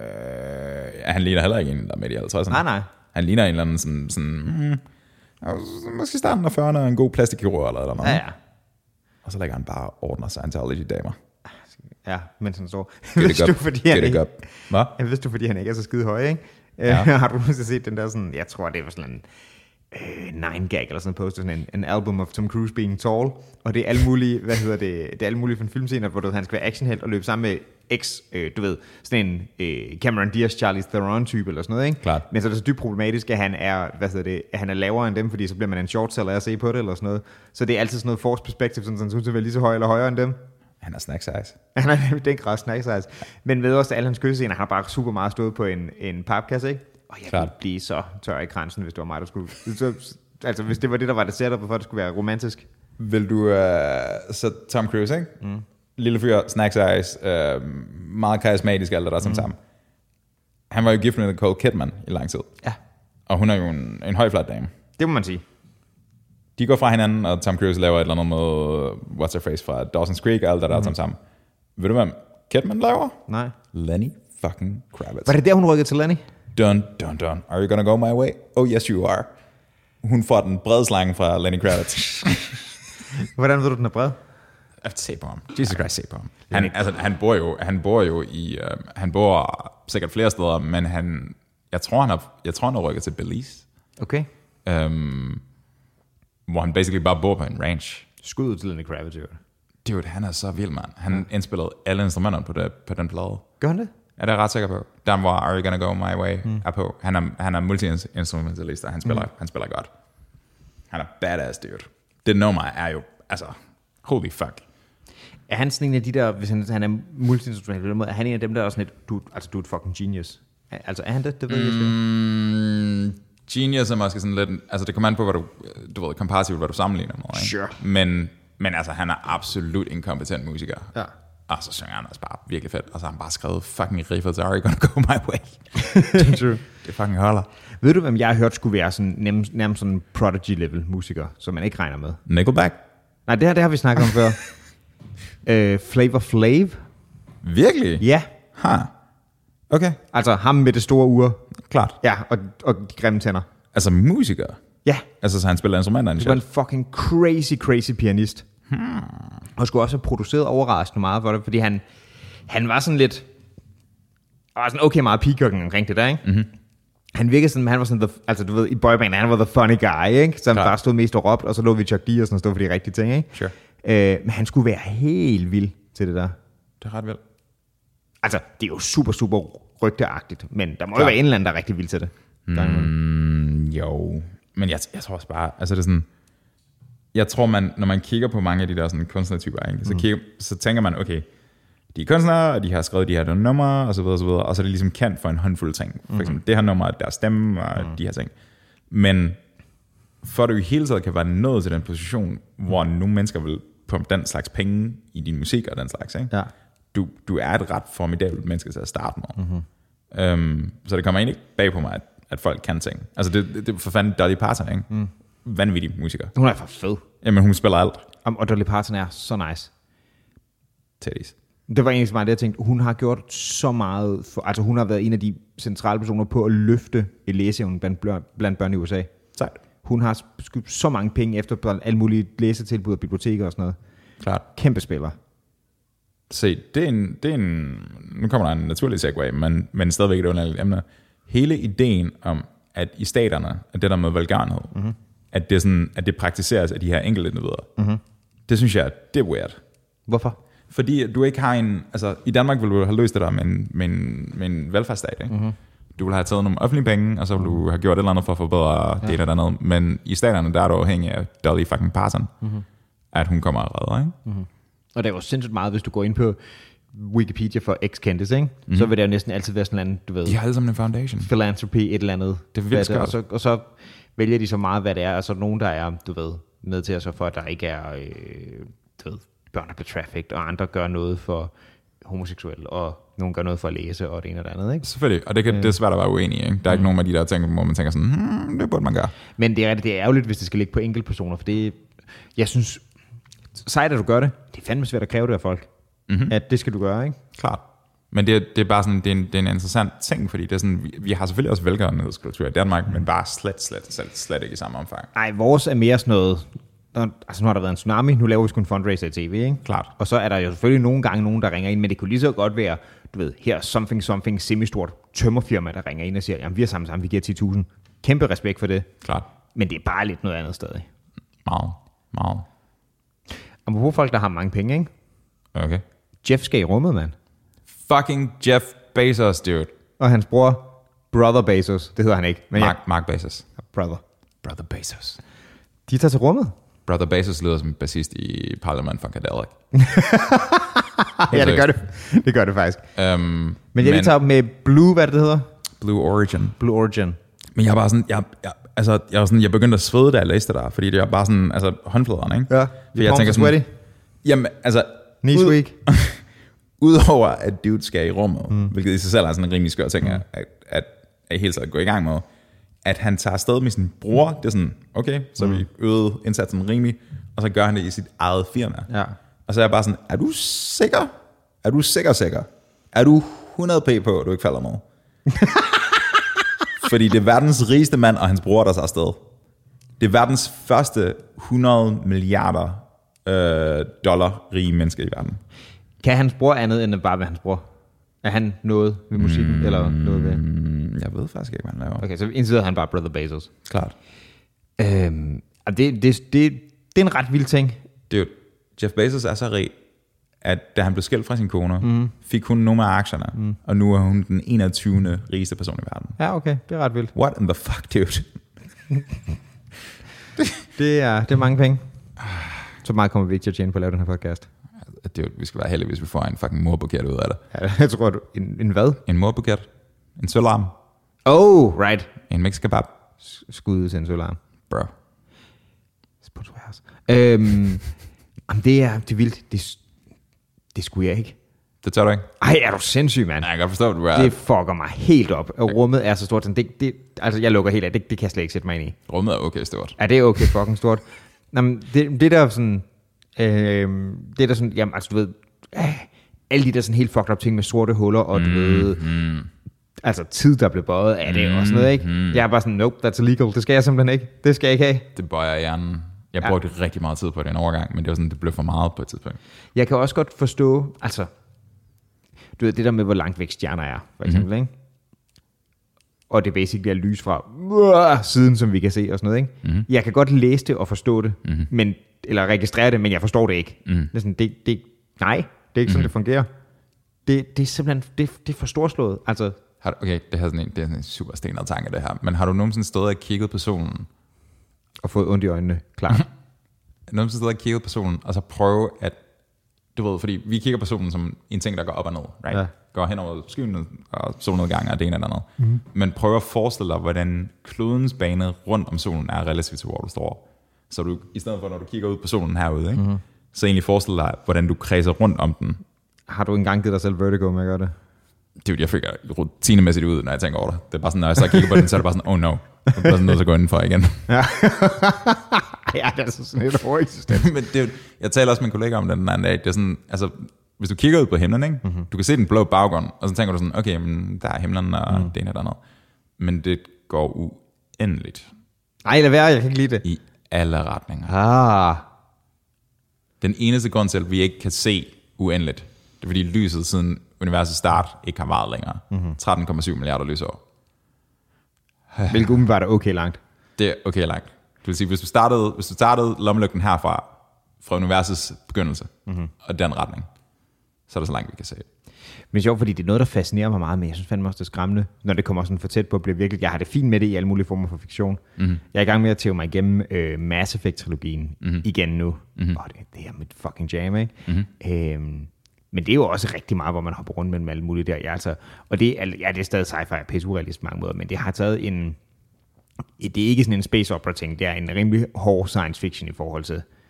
Speaker 1: Han ligner heller ikke en, der er midt i 50'erne.
Speaker 2: Nej.
Speaker 1: Han ligner en eller anden sådan måske starten af 40'erne, en god plastikkirurg eller noget.
Speaker 2: Ja.
Speaker 1: Og så lægger han bare ordner Scientology-damer.
Speaker 2: Ja, mens han står.
Speaker 1: Vidste
Speaker 2: du, fordi han ikke er så skide høj, ikke? Ja. Har du nogensinde set den der sådan, jeg tror, det var sådan en 9gag eller sådan en poster, sådan en album of Tom Cruise being tall, og det er alle mulige, det er alle mulige fra en filmscener, hvor han skal være actionhelt og løbe sammen med sådan en Cameron Diaz, Charlize Theron type eller sådan noget, ikke?
Speaker 1: Klart.
Speaker 2: Men så er det så dybt problematisk, at han er, at han er lavere end dem, fordi så bliver man en short seller at se på det eller sådan noget. Så det er altid sådan noget force perspective, sådan så han er lige så høj eller højere end dem.
Speaker 1: Han er snack size.
Speaker 2: Han er den grad snack size. Men ved også, at alle hans kysescener har bare super meget stået på en papkasse, ikke? Og jeg ville blive så tør i kransen, hvis det var mig, der skulle... Altså, hvis det var det, der var det setup, for at det skulle være romantisk.
Speaker 1: Vil du... så Tom Cruise, ikke? Mm. Lille fyr, snack size, meget karismatisk, alt det der som sammen. Han var jo gift med Nicole Kidman i lang tid.
Speaker 2: Ja.
Speaker 1: Og hun er jo en høj, flot dame.
Speaker 2: Det må man sige.
Speaker 1: De går fra hinanden, og Tom Cruise laver et eller andet med What's Her Face fra Dawson's Creek, og alt det der som sammen. Ved du, hvem Kidman laver?
Speaker 2: Nej.
Speaker 1: Lenny fucking Kravitz.
Speaker 2: Var det der, hun rykkede til Lenny?
Speaker 1: Dun, dun, dun. Are you gonna go my way? Oh, yes, you are. Hun får den brede slange fra Lenny Kravitz.
Speaker 2: Hvordan ved du, den er bred?
Speaker 1: Se på ham. Jesus Christ, se på ham. Han bor sikkert flere steder, men jeg tror, han har rykket til Belize.
Speaker 2: Okay.
Speaker 1: Hvor han basically bare bor på en ranch.
Speaker 2: Skud ud til Lenny Kravitz, jo.
Speaker 1: Dude, han er så vild, mand. Han indspillede alle instrumenterne på den plade.
Speaker 2: Gør han det?
Speaker 1: Ja, det er jeg ret sikker på. Den hvor Are You Gonna Go My Way er på. Han er multi-instrumentalist, og han spiller godt. Han er badass, dude. Det nummer er jo altså, holy fuck.
Speaker 2: Er han sådan en af de der, hvis han er multinational på den måde, er han en af dem, der er sådan et, du er et fucking genius? Altså, er han det? Det ved jeg ikke.
Speaker 1: Genius er måske sådan lidt, altså det kommer an på, hvad du ved, komparativt, hvad du sammenligner med, ikke?
Speaker 2: Sure.
Speaker 1: Men altså, han er absolut en kompetent musiker.
Speaker 2: Ja.
Speaker 1: Og så synger han også bare virkelig fedt. Og så har han bare skrevet fucking riffet, so are you gonna go my way?
Speaker 2: True.
Speaker 1: Det fucking holder.
Speaker 2: Ved du, hvem jeg har hørt skulle være sådan, nærmest sådan en Prodigy-level musiker, som man ikke regner med?
Speaker 1: Nickelback?
Speaker 2: Nej, det har vi snakket om før. Flavor Flav.
Speaker 1: Virkelig?
Speaker 2: Ja.
Speaker 1: Okay.
Speaker 2: Altså ham med det store ur.
Speaker 1: Klart.
Speaker 2: Ja, og de grimme tænder.
Speaker 1: Altså musiker?
Speaker 2: Ja.
Speaker 1: Altså så han spiller instrumenter?
Speaker 2: Det var en fucking crazy pianist. Og skulle også have produceret overraskende meget for det, fordi han var sådan lidt, og sådan okay meget peacocking omkring det der, ikke? Mm-hmm. Han virkede sådan, han var sådan, altså du ved, i boyband, han var the funny guy, ikke? Så han bare stod mest og råbte, og så lå vi Chuck D og sådan stod for de rigtige ting, ikke?
Speaker 1: Sure.
Speaker 2: Men han skulle være helt vild til det der.
Speaker 1: Det er ret vildt.
Speaker 2: Altså, det er jo super rygteagtigt, men der må jo være en eller anden, der er rigtig vild til det.
Speaker 1: Jo, men jeg tror også bare, altså det er sådan, jeg tror når man kigger på mange af de der sådan kunstnertyper, ikke? Så tænker man, okay, de er kunstnere, og de har skrevet de her numre, og så videre, og så er det ligesom kendt for en håndfuld ting. For eksempel det her nummer, deres stemme, og de her ting. Men for at du i hele taget kan være nået til den position, hvor nogle mennesker vil pumpe den slags penge i din musik og den slags, ikke? Ja. Du er et ret formidabelt menneske til at starte med. Så det kommer egentlig ikke bag på mig, at folk kan ting. Altså det for fanden Dolly Parton, ikke? Vanvittig musiker.
Speaker 2: Hun er for fed.
Speaker 1: Jamen hun spiller alt.
Speaker 2: Og Dolly Parton er så nice.
Speaker 1: Teddy's.
Speaker 2: Det var egentlig meget det, jeg tænkte. Hun har gjort så meget altså hun har været en af de centrale personer på at løfte læseevnen blandt børn i USA.
Speaker 1: Sejt.
Speaker 2: Hun har skudt så mange penge efter alle mulige læsetilbud og biblioteker og sådan noget.
Speaker 1: Klart.
Speaker 2: Kæmpe spiller.
Speaker 1: Se, det er en nu kommer der en naturlig segue, men stadigvæk et underligt emne. Hele ideen om, at i staterne, at det der med velgørenhed, at det sådan, at det praktiseres af de her enkelte individer, det synes jeg, det er weird.
Speaker 2: Hvorfor?
Speaker 1: Fordi du ikke har altså i Danmark ville du have løst det der med en velfærdsstat, ikke? Du ville have taget nogle offentlige penge, og så ville du have gjort et eller andet for at forbedre det eller andet. Men i staterne, der er du afhængig af Dolly fucking Parton, at hun kommer og redder, ikke?
Speaker 2: Og det er jo sindssygt meget, hvis du går ind på Wikipedia for ex-kendis, ikke? Så vil det jo næsten altid være sådan en, du ved...
Speaker 1: De har alle sammen en foundation.
Speaker 2: Philanthropy, et eller andet.
Speaker 1: Det er vildt skørt.
Speaker 2: Og så vælger de så meget, hvad det er. Altså nogen, der er, du ved, med til at sørge for, at der ikke er, du ved, børn, der bliver trafficked, og andre gør noget for homoseksuelle, og nogen gør noget for at læse, og det ene og det andet, ikke?
Speaker 1: Selvfølgelig, og det er svært at være uenig i, ikke? Der er ikke nogen af de der ting, hvor man tænker sådan, det burde man gøre.
Speaker 2: Men det er ærgerligt, hvis det skal ligge på enkeltpersoner, for det, jeg synes, sejt at du gør det, det er fandme svært at kræve det af folk, at det skal du gøre, ikke?
Speaker 1: Klart. Men det er bare sådan, det er en interessant ting, fordi det er sådan, vi har selvfølgelig også velgørenhedskultur i Danmark, men bare slet ikke i samme omfang.
Speaker 2: Nej, vores er mere sådan noget, altså nu har der været en tsunami, nu laver vi sgu en fundraiser i tv, ikke?
Speaker 1: Klart.
Speaker 2: Og så er der jo selvfølgelig nogle gange nogen, der ringer ind, men det kunne lige så godt være, du ved, her something semistort tømmerfirma, der ringer ind og siger, jamen vi har sammen, vi giver 10.000. Kæmpe respekt for det.
Speaker 1: Klart.
Speaker 2: Men det er bare lidt noget andet stadig.
Speaker 1: Meget.
Speaker 2: Og på folk, der har mange penge, ikke?
Speaker 1: Okay.
Speaker 2: Jeff skal i rummet, mand.
Speaker 1: Fucking Jeff Bezos, dude.
Speaker 2: Og hans bror, Brother Bezos, det hedder han ikke. Men
Speaker 1: Mark Bezos.
Speaker 2: Brother
Speaker 1: Bezos.
Speaker 2: De tager til rummet.
Speaker 1: Brother Bezos lyder som bassist i Parliament Funkadelic.
Speaker 2: Ja, det gør det faktisk. Men jeg lige tager med Blue, hvad det hedder?
Speaker 1: Blue Origin. Men jeg er bare sådan, jeg begyndte at svede, da jeg læste det der, fordi det er bare sådan, altså håndfladerne, ikke?
Speaker 2: Ja,
Speaker 1: jeg tænker sådan, jamen, altså,
Speaker 2: Knees weak.
Speaker 1: Udover at dude skal i rummet, hvilket i sig selv er sådan en rimelig skør ting, at helt taget gå i gang med, at han tager afsted med sin bror, det er sådan, okay, så vi øget indsatsen rimelig, og så gør han det i sit eget firma.
Speaker 2: Ja.
Speaker 1: Og så er jeg bare sådan, er du sikker? Er du sikker? Er du 100p på, at du ikke falder med? Fordi det er verdens rigeste mand og hans bror, der tager afsted. Det er verdens første 100 milliarder dollar rige mennesker i verden.
Speaker 2: Kan hans bror andet end bare være hans bror? Er han noget ved musikken, eller noget ved?
Speaker 1: Jeg ved faktisk ikke, hvad han laver.
Speaker 2: Okay, så indtil videre han bare Brother Bezos.
Speaker 1: Klart.
Speaker 2: Det er en ret vild ting.
Speaker 1: Jeff Bezos er så rig, at da han blev skilt fra sin kone, fik hun nogle af aktierne, og nu er hun den 21. rigeste person i verden.
Speaker 2: Ja, okay, det er ret vildt.
Speaker 1: What in the fuck, dude?
Speaker 2: det er mange penge. Så meget kommer vi ikke til at tjene på at lave den her podcast.
Speaker 1: Vi skal være heldige, hvis vi får en fucking morbuket ud af det.
Speaker 2: Ja, jeg tror, en hvad?
Speaker 1: En morbuket. En sølvarm.
Speaker 2: Oh, right.
Speaker 1: En mix kebab.
Speaker 2: Skud til en sølvarm.
Speaker 1: Bro.
Speaker 2: Det er vildt. Det skulle jeg ikke.
Speaker 1: Det tør du ikke?
Speaker 2: Ej, er du sindssyg, mand?
Speaker 1: Nej, jeg kan godt forstå, at du er...
Speaker 2: Det fucker mig helt op. Rummet er så stort. Altså, jeg lukker helt af. Det kan jeg slet ikke sætte mig ind i.
Speaker 1: Rummet er okay stort.
Speaker 2: Ja, det er okay fucking stort. Jamen, det der sådan... det der sådan... Jamen, altså, du ved... alle de der sådan helt fucked up ting med sorte huller, og du ved... Altså, tid, der blev bøjet af det, og sådan noget, ikke? Jeg er bare sådan, nope, that's illegal. Det skal jeg simpelthen ikke. Det skal jeg ikke have.
Speaker 1: Det bøjer hjernen. Jeg brugte rigtig meget tid på den overgang, men det var sådan, det blev for meget på et tidspunkt.
Speaker 2: Jeg kan også godt forstå, altså... Du ved, det der med, hvor langt væk stjerner er, for eksempel, ikke? Og det basically er lys fra siden, som vi kan se og sådan noget, ikke? Mm-hmm. Jeg kan godt læse det og forstå det, men, eller registrere det, men jeg forstår det ikke. Det er sådan, nej, det er ikke sådan, det fungerer. Det er simpelthen, det er for storslået. Altså,
Speaker 1: okay, det er sådan en super stenet tanke, det her. Men har du nogensinde stået og kigget på solen?
Speaker 2: Og fået ondt i øjnene, klart.
Speaker 1: Nogensinde stået og kigget på solen, og så prøve at, du ved, fordi vi kigger på solen som en ting, der går op og ned, right? Ja. Går hen over skyen og solnedgang og det ene eller andet. Mm-hmm. Men prøv at forestille dig, hvordan klodens bane rundt om solen er relativt til, hvor du står. Så du, i stedet for, når du kigger ud på solen herude, ikke? Mm-hmm. Så egentlig forestil dig, hvordan du kredser rundt om den. Har du engang givet dig selv vertigo med at gøre det? Det er jo, jeg fik rutinemæssigt ud, når jeg tænker over det. Det er bare sådan, når jeg så kigger på den, så er det bare sådan, oh no. Jeg er bare sådan nødt til at gå indenfor igen. Ja, det er så sådan et hårdt. Men det, jeg taler også med en kollega om den anden dag. Det er sådan, altså, hvis du kigger ud på himlen, ikke? Mm-hmm. Du kan se den blå baggrund, og så tænker du sådan, okay, men der er himlen og det ene og det andet. Men det går uendeligt. Nej, lad være, jeg kan ikke lide det. I alle retninger. Den eneste grund til, at vi ikke kan se uendeligt, det er fordi lyset siden universets start ikke har varet længere. 13,7 milliarder lysår. Hvilket umiddelbart er okay langt. Det er okay langt. Det vil sige, hvis du startede lommelygten herfra, fra universets begyndelse, og den retning, så er det så langt, vi kan se. Men det er sjovt, fordi det er noget, der fascinerer mig meget, men jeg synes fandme også, det er skræmmende, når det kommer sådan for tæt på at blive virkelig. Jeg har det fint med det i alle mulige former for fiktion. Jeg er i gang med at tæve mig igennem Mass Effect-trilogien igen nu. Det er mit fucking jam, ikke? Men det er jo også rigtig meget, hvor man hopper rundt mellem alle mulige der. Og det er stadig sci-fi og pisse-urealistisk på mange måder, men det har taget en... Det er ikke sådan en space opera ting, det er en rimelig hård science fiction i forhold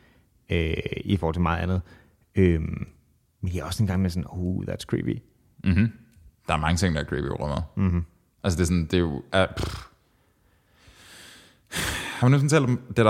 Speaker 1: til meget andet. Men jeg er også en gang med sådan, that's creepy. Der er mange ting, der er creepy over mig. Altså det er sådan, det er jo... Har man nu talt om det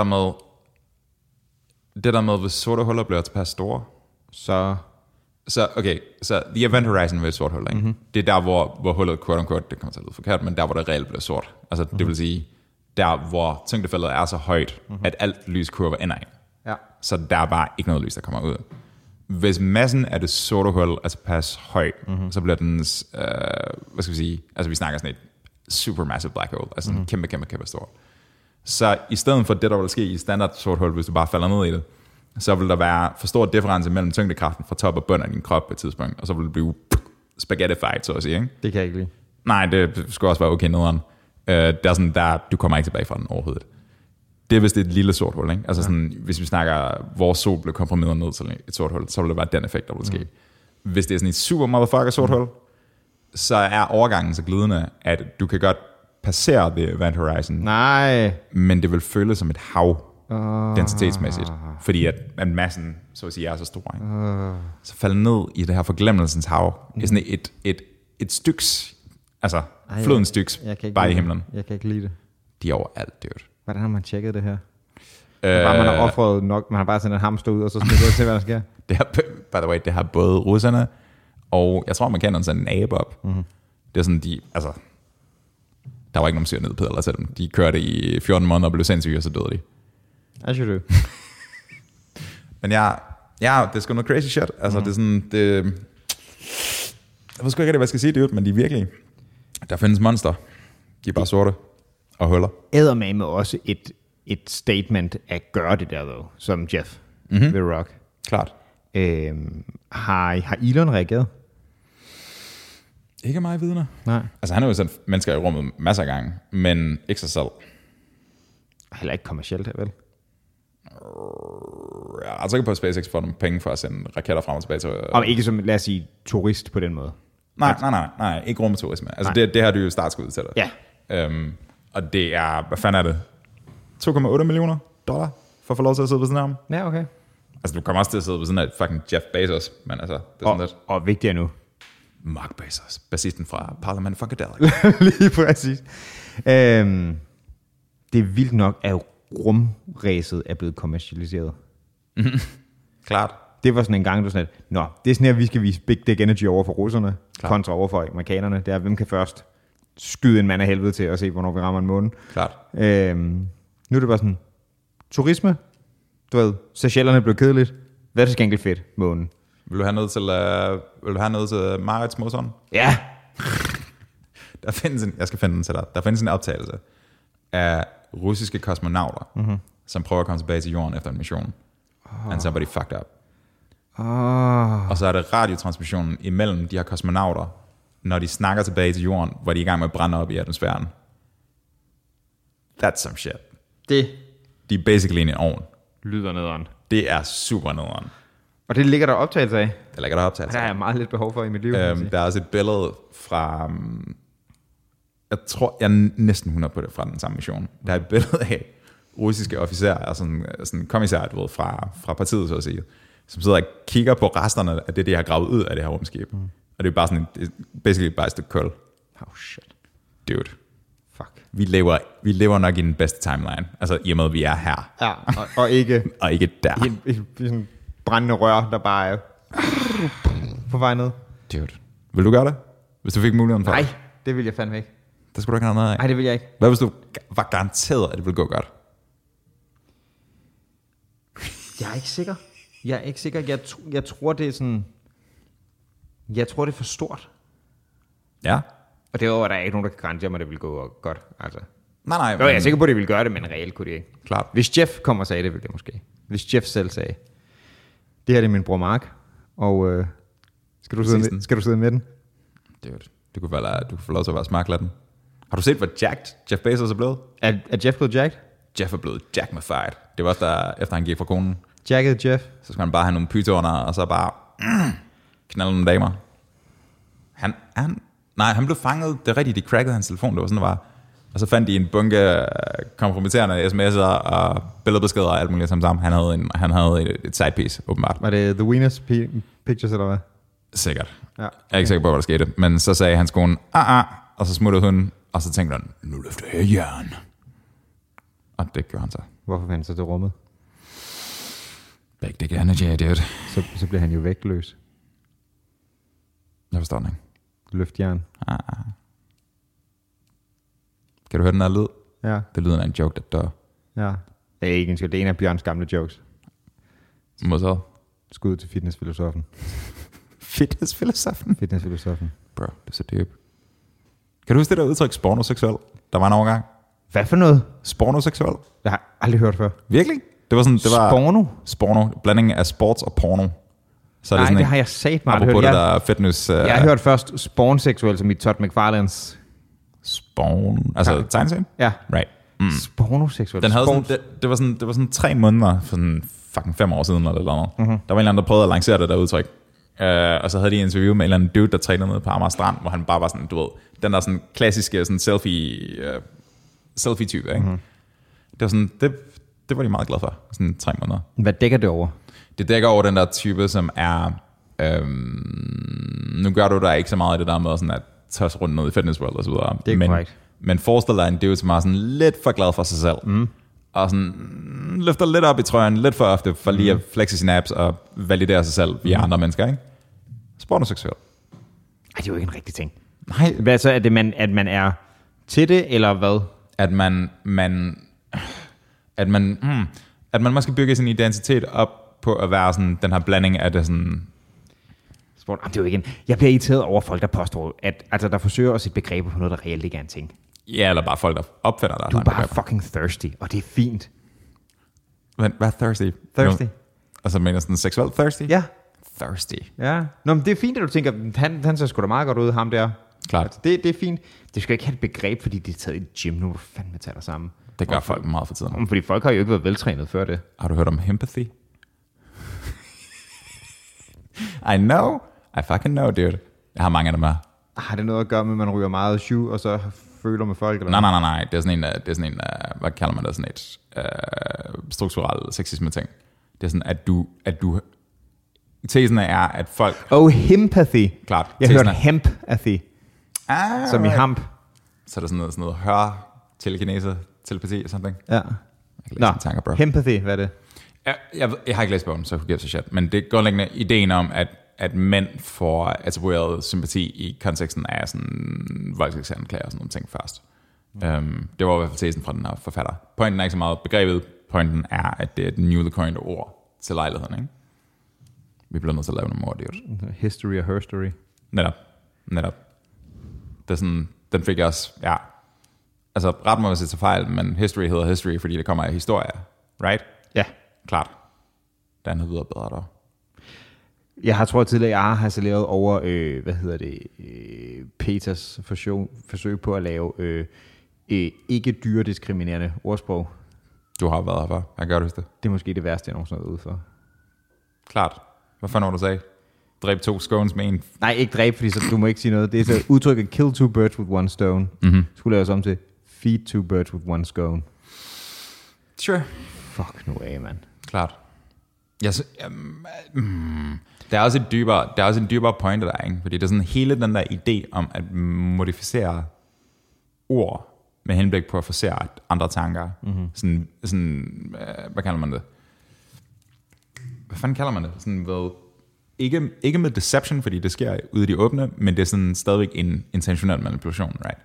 Speaker 1: der med, hvis sorte huller bliver tilpas store, så The Event Horizon ved et sort hul, ikke? Det er der, hvor hullet, quote unquote, det kommer til at lyde forkert, men der, hvor det reelt bliver sort. Altså, det vil sige, der, hvor tyngdefeltet er så højt, at alt lyskurve ender i. Ja. Så der er bare ikke noget lys, der kommer ud. Hvis massen af det sorte hul er tilpas høj, så bliver den, hvad skal vi sige, altså vi snakker sådan et supermassive black hole, altså en kæmpe stor. Så i stedet for det, der vil ske i standard sort hul, hvis du bare falder ned i det, så vil der være for stor difference mellem tyngdekraften fra top og bund af din krop på et tidspunkt, og så vil det blive spaghettified, så at sige, ikke? Det kan jeg ikke lide. Nej, det skulle også være okay nederen. Det er sådan, du kommer ikke tilbage fra den overhovedet. Det er hvis det er et lille sort hul, ikke? Altså sådan, hvis vi snakker, vores sol blev komprimeret ned til et sort hul, så vil det være den effekt, der vil ske. Hvis det er sådan et super motherfucker sort hul, så er overgangen så glidende, at du kan godt passere The Event Horizon. Nej. Men det vil føles som et hav, densitetsmæssigt, fordi at massen, så at sige, er så stor. Så falder ned i det her forglemmelsens hav. Det er sådan et styks, altså flodens styks, bare i himlen. Jeg kan ikke lide det. De er overalt, dude. Hvordan har man tjekket det her? Man har offret nok, man har bare sendt en hamster ud, og så smidt det til, hvad der sker. Det har, by the way, det har både russerne, og jeg tror, man kender sådan en abe op. Det er sådan, der var ikke nogen syrenedpedler til dem. De kørte i 14 måneder og blev sindssyge, og så døde de. As you do. Men ja, det er sgu noget crazy shit. Altså, det er sådan, jeg ved sgu ikke, hvad jeg skal sige det ud, men de er virkelig, der findes monster. De er bare sorte og huller. Eddermame også et statement at gøre det der, dog, som Jeff ved Rock. Klart. Har Elon reageret? Ikke mig vidne. Nej. Altså, han har jo sendt mennesker i rummet masser af gange, men ikke sig selv. Heller ikke kommercielt, vel? Jeg er ret sikker på, at SpaceX får nogle penge for at sende raketter frem og tilbage til...
Speaker 2: Og ikke som, lad os sige, turist på den måde.
Speaker 1: Nej, ikke rumturisme. Altså det har du jo startskud til dig.
Speaker 2: Ja.
Speaker 1: Og det er, hvad fanden er det? $2,8 millioner for at få lov til at sidde ved siden af ham.
Speaker 2: Ja, okay.
Speaker 1: Altså, du kommer også til at sidde ved siden af fucking Jeff Bezos, men altså, det er sådan lidt...
Speaker 2: Og vigtigere nu.
Speaker 1: Mark Bezos, bassisten fra Parliament Funkadelic.
Speaker 2: Lige præcis. Det er vildt nok, at rumræset er blevet kommercialiseret.
Speaker 1: Klart.
Speaker 2: Det var sådan en gang, du sådan, det er sådan her, vi skal vise big dick energy over for russerne, kontra over for amerikanerne. Det er, hvem kan først skyde en mand af helvede til at se, hvornår vi rammer en måne.
Speaker 1: Klart.
Speaker 2: Nu er det bare sådan, turisme, du ved, Seychellerne blev kedeligt. Hvad er det skænkelt fedt, månen?
Speaker 1: Vil du have noget til Marits morson?
Speaker 2: Ja.
Speaker 1: Der findes jeg skal finde den til dig. Der findes en optagelse af russiske kosmonauter, som prøver at komme tilbage til jorden efter en mission. And somebody fucked up. Og så er det radiotransmissionen imellem de her kosmonauter, når de snakker tilbage til jorden, hvor de er i gang med at brænde op i atmosfæren. That's some shit.
Speaker 2: Det
Speaker 1: De er basically en ovn.
Speaker 2: lyder nederen.
Speaker 1: Det er super nederen.
Speaker 2: Og det ligger der optagelse af.
Speaker 1: Det ligger der optagelse.
Speaker 2: Der er meget lidt behov for i mit liv.
Speaker 1: Der er også et billede fra... jeg tror, jeg er næsten 100 på det fra den samme mission. Der er et billede af russiske officerer, altså sådan kommissær, du ved, fra partiet, så at sige, som sidder og kigger på resterne af det, de har gravet ud af det her rumskib. Og det er bare sådan, basically bare et stykke kul.
Speaker 2: Oh shit.
Speaker 1: Dude.
Speaker 2: Fuck.
Speaker 1: Vi lever nok i den bedste timeline. Altså i og med, at vi er her.
Speaker 2: Ja, og ikke...
Speaker 1: og ikke der.
Speaker 2: I sådan brændende rør, der bare er på vej ned.
Speaker 1: Dude. Vil du gøre det? Hvis du fik muligheden for
Speaker 2: Nej,
Speaker 1: det?
Speaker 2: det vil jeg fandme ikke.
Speaker 1: Der skulle du ikke have noget af.
Speaker 2: Nej, det vil jeg ikke.
Speaker 1: Hvad hvis du var garanteret, at det ville gå godt?
Speaker 2: Jeg er ikke sikker. Jeg tror, det er sådan... Jeg tror, det er for stort.
Speaker 1: Ja.
Speaker 2: Og derudover er der ikke nogen, der kan garantere mig, at det vil gå godt. Altså.
Speaker 1: Nej.
Speaker 2: Jo, jeg er sikker på, at det vil gøre det, men reelt kunne det ikke.
Speaker 1: Klart.
Speaker 2: Hvis Jeff kom og sagde det, ville det måske. Hvis Jeff selv sagde, det her det er min bror Mark, og skal du sidde med den?
Speaker 1: Dude. Du kunne få lov til at være smarklatten. Har du set, hvor jacked Jeff Bezos er blevet?
Speaker 2: Er Jeff blevet jacked?
Speaker 1: Jeff er blevet jackmified. Det var også efter han gik fra konen.
Speaker 2: Jacket Jeff?
Speaker 1: Så skulle han bare have nogle pytoner, og så bare knalde nogle damer. Han blev fanget. Det er rigtigt, de crackede hans telefon, det var sådan, det var. Og så fandt de en bunke kompromitterende sms'er og billedbeskeder og alt muligt sammen. Han havde et side piece, åbenbart.
Speaker 2: Var det The Wieners Pictures, eller hvad?
Speaker 1: Sikkert.
Speaker 2: Ja.
Speaker 1: Jeg er ikke sikker på, hvad der skete. Men så sagde hans kone, og så smuttede hun, og så tænkte han, nu løfter jeg jern. Og det gjorde han så.
Speaker 2: Hvorfor fandt han så til rummet?
Speaker 1: Big dick energy, dude.
Speaker 2: Så bliver han jo vægtløs.
Speaker 1: Jeg forstår den ikke.
Speaker 2: Løftjern.
Speaker 1: Kan du høre den der lyd?
Speaker 2: Ja.
Speaker 1: Det lyder af en joke, der dør.
Speaker 2: Ja. Det er ikke en det er en af Bjørns gamle jokes.
Speaker 1: Modsat.
Speaker 2: Skud til fitnessfilosofen.
Speaker 1: Fitnessfilosofen?
Speaker 2: Fitnessfilosofen.
Speaker 1: Bro, det er så dyb. Kan du huske det der udtryk spornoseksuel? Der var en overgang.
Speaker 2: Hvad for noget?
Speaker 1: Spornoseksuel?
Speaker 2: Jeg har aldrig hørt før.
Speaker 1: Virkelig? Det var
Speaker 2: Sporno?
Speaker 1: Sporno. Blanding af sports og porno. Så
Speaker 2: Nej,
Speaker 1: sådan
Speaker 2: det har jeg sagt mig.
Speaker 1: Apropos det der fitness...
Speaker 2: Jeg har hørt først spornseksuel som i Todd McFarlanes...
Speaker 1: Spawn... Altså tegneserien?
Speaker 2: Ja.
Speaker 1: Right.
Speaker 2: Spornoseksuel.
Speaker 1: Den havde det var sådan 3 måneder for sådan fucking 5 år siden eller noget. Der var en eller anden, der prøvede at lancere det der udtryk. Og så havde de en interview med en eller anden dude, der trænede nede på Amager Strand, hvor han bare var sådan, du ved, den der sådan klassiske sådan selfie-type, ikke? Det var sådan, det var de meget glade for, sådan 3 måneder.
Speaker 2: Hvad dækker det over?
Speaker 1: Det dækker over den der type, som er, nu gør du der ikke så meget af det der med sådan at tøs rundt ned i Fitness World og så videre.
Speaker 2: Det er korrekt.
Speaker 1: Men forestil dig en dude, som er sådan lidt for glad for sig selv. Og sådan løfter lidt op i trøjen, lidt for ofte, for lige at flexe sine abs og validere sig selv via andre mennesker, ikke? Spornoseksuel.
Speaker 2: Ej, det er jo ikke en rigtig ting.
Speaker 1: Nej.
Speaker 2: Hvad så? Er det, at man er til det, eller hvad? At man måske bygger sin identitet op på at være sådan den her blanding af det sådan... Sport. Det er jo ikke jeg bliver irriteret over folk, der påstår, at altså, der forsøger at sætte begreber på noget, der reelt ikke er en ting.
Speaker 1: Ja, eller bare folk, der opfinder dig.
Speaker 2: Du er bare fucking thirsty, og det er fint.
Speaker 1: Men hvad er thirsty?
Speaker 2: Thirsty.
Speaker 1: Altså mener sådan seksuelt thirsty?
Speaker 2: Ja.
Speaker 1: Thirsty.
Speaker 2: Ja. Nå, men det er fint, at du tænker, han ser sgu da meget godt ud, ham der.
Speaker 1: Klart.
Speaker 2: Det er fint. Det skal ikke have et begreb, fordi det er taget i et gym nu. Hvor fanden med tager dig sammen?
Speaker 1: Det gør folk meget for tiden.
Speaker 2: Fordi folk har jo ikke været veltrænet før det.
Speaker 1: Har du hørt om empathy? I know. I fucking know, dude. Jeg har mange af dem her.
Speaker 2: Har det noget at gøre med, at man ryger meget shoe, og så føler med folk? Eller
Speaker 1: Nej. Det er sådan en, hvad kalder man det, sådan et strukturel sexisme ting. Det er sådan, at du tesen er, at folk...
Speaker 2: Empathy.
Speaker 1: Klart.
Speaker 2: Jeg hørte hempathy. Som i hamp.
Speaker 1: Så er der sådan noget hør, telekinese, telepati og sådan noget.
Speaker 2: Ja.
Speaker 1: Tanker, bro.
Speaker 2: Hempathy, hvad er det?
Speaker 1: Jeg har ikke læst bogen, så who gives a shit. Men det er grundlæggende ideen om, at mænd får attribueret sympati i konteksten af sådan voldtægtsanklager og sådan nogle ting først. Det var i hvert fald tesen fra den her forfatter. Pointen er ikke så meget begrebet. Pointen er, at det er et newly coined ord til lejligheden, ikke? Vi bliver nødt til at lave nogle ord, det er
Speaker 2: History og herstory.
Speaker 1: Netop. Det er sådan, den fik jeg også, ja. Altså, ret mig, hvis jeg tager fejl, men history hedder history, fordi det kommer af historie, right?
Speaker 2: Ja.
Speaker 1: Klart. Den hedder bedre dog.
Speaker 2: Jeg har tror tidligere, jeg har harceleret over, Peters forsøg på at lave ikke dyrediskriminerende ordsprog.
Speaker 1: Du har været her for. Hvad gør du det?
Speaker 2: Det er måske det værste, jeg nogensinde har været ude for.
Speaker 1: Klart. Hvad fanden var du sagde? Dræb 2 scones med en?
Speaker 2: Nej, ikke dræb, fordi så, du må ikke sige noget. Det er så udtrykket kill 2 birds with 1 stone. Skulle laves om til feed 2 birds with 1 scone.
Speaker 1: Sure.
Speaker 2: Fuck nu af, mand.
Speaker 1: Klart. Der er også en dybere pointe der, ikke? Fordi det er sådan hele den der idé om at modificere ord med henblik på at forsere andre tanker. Sådan hvad kalder man det? Hvad fanden kalder man det? Sådan ved, ikke med deception, fordi det sker ude i de åbne, men det er sådan stadigvæk en intentionel manipulation, right?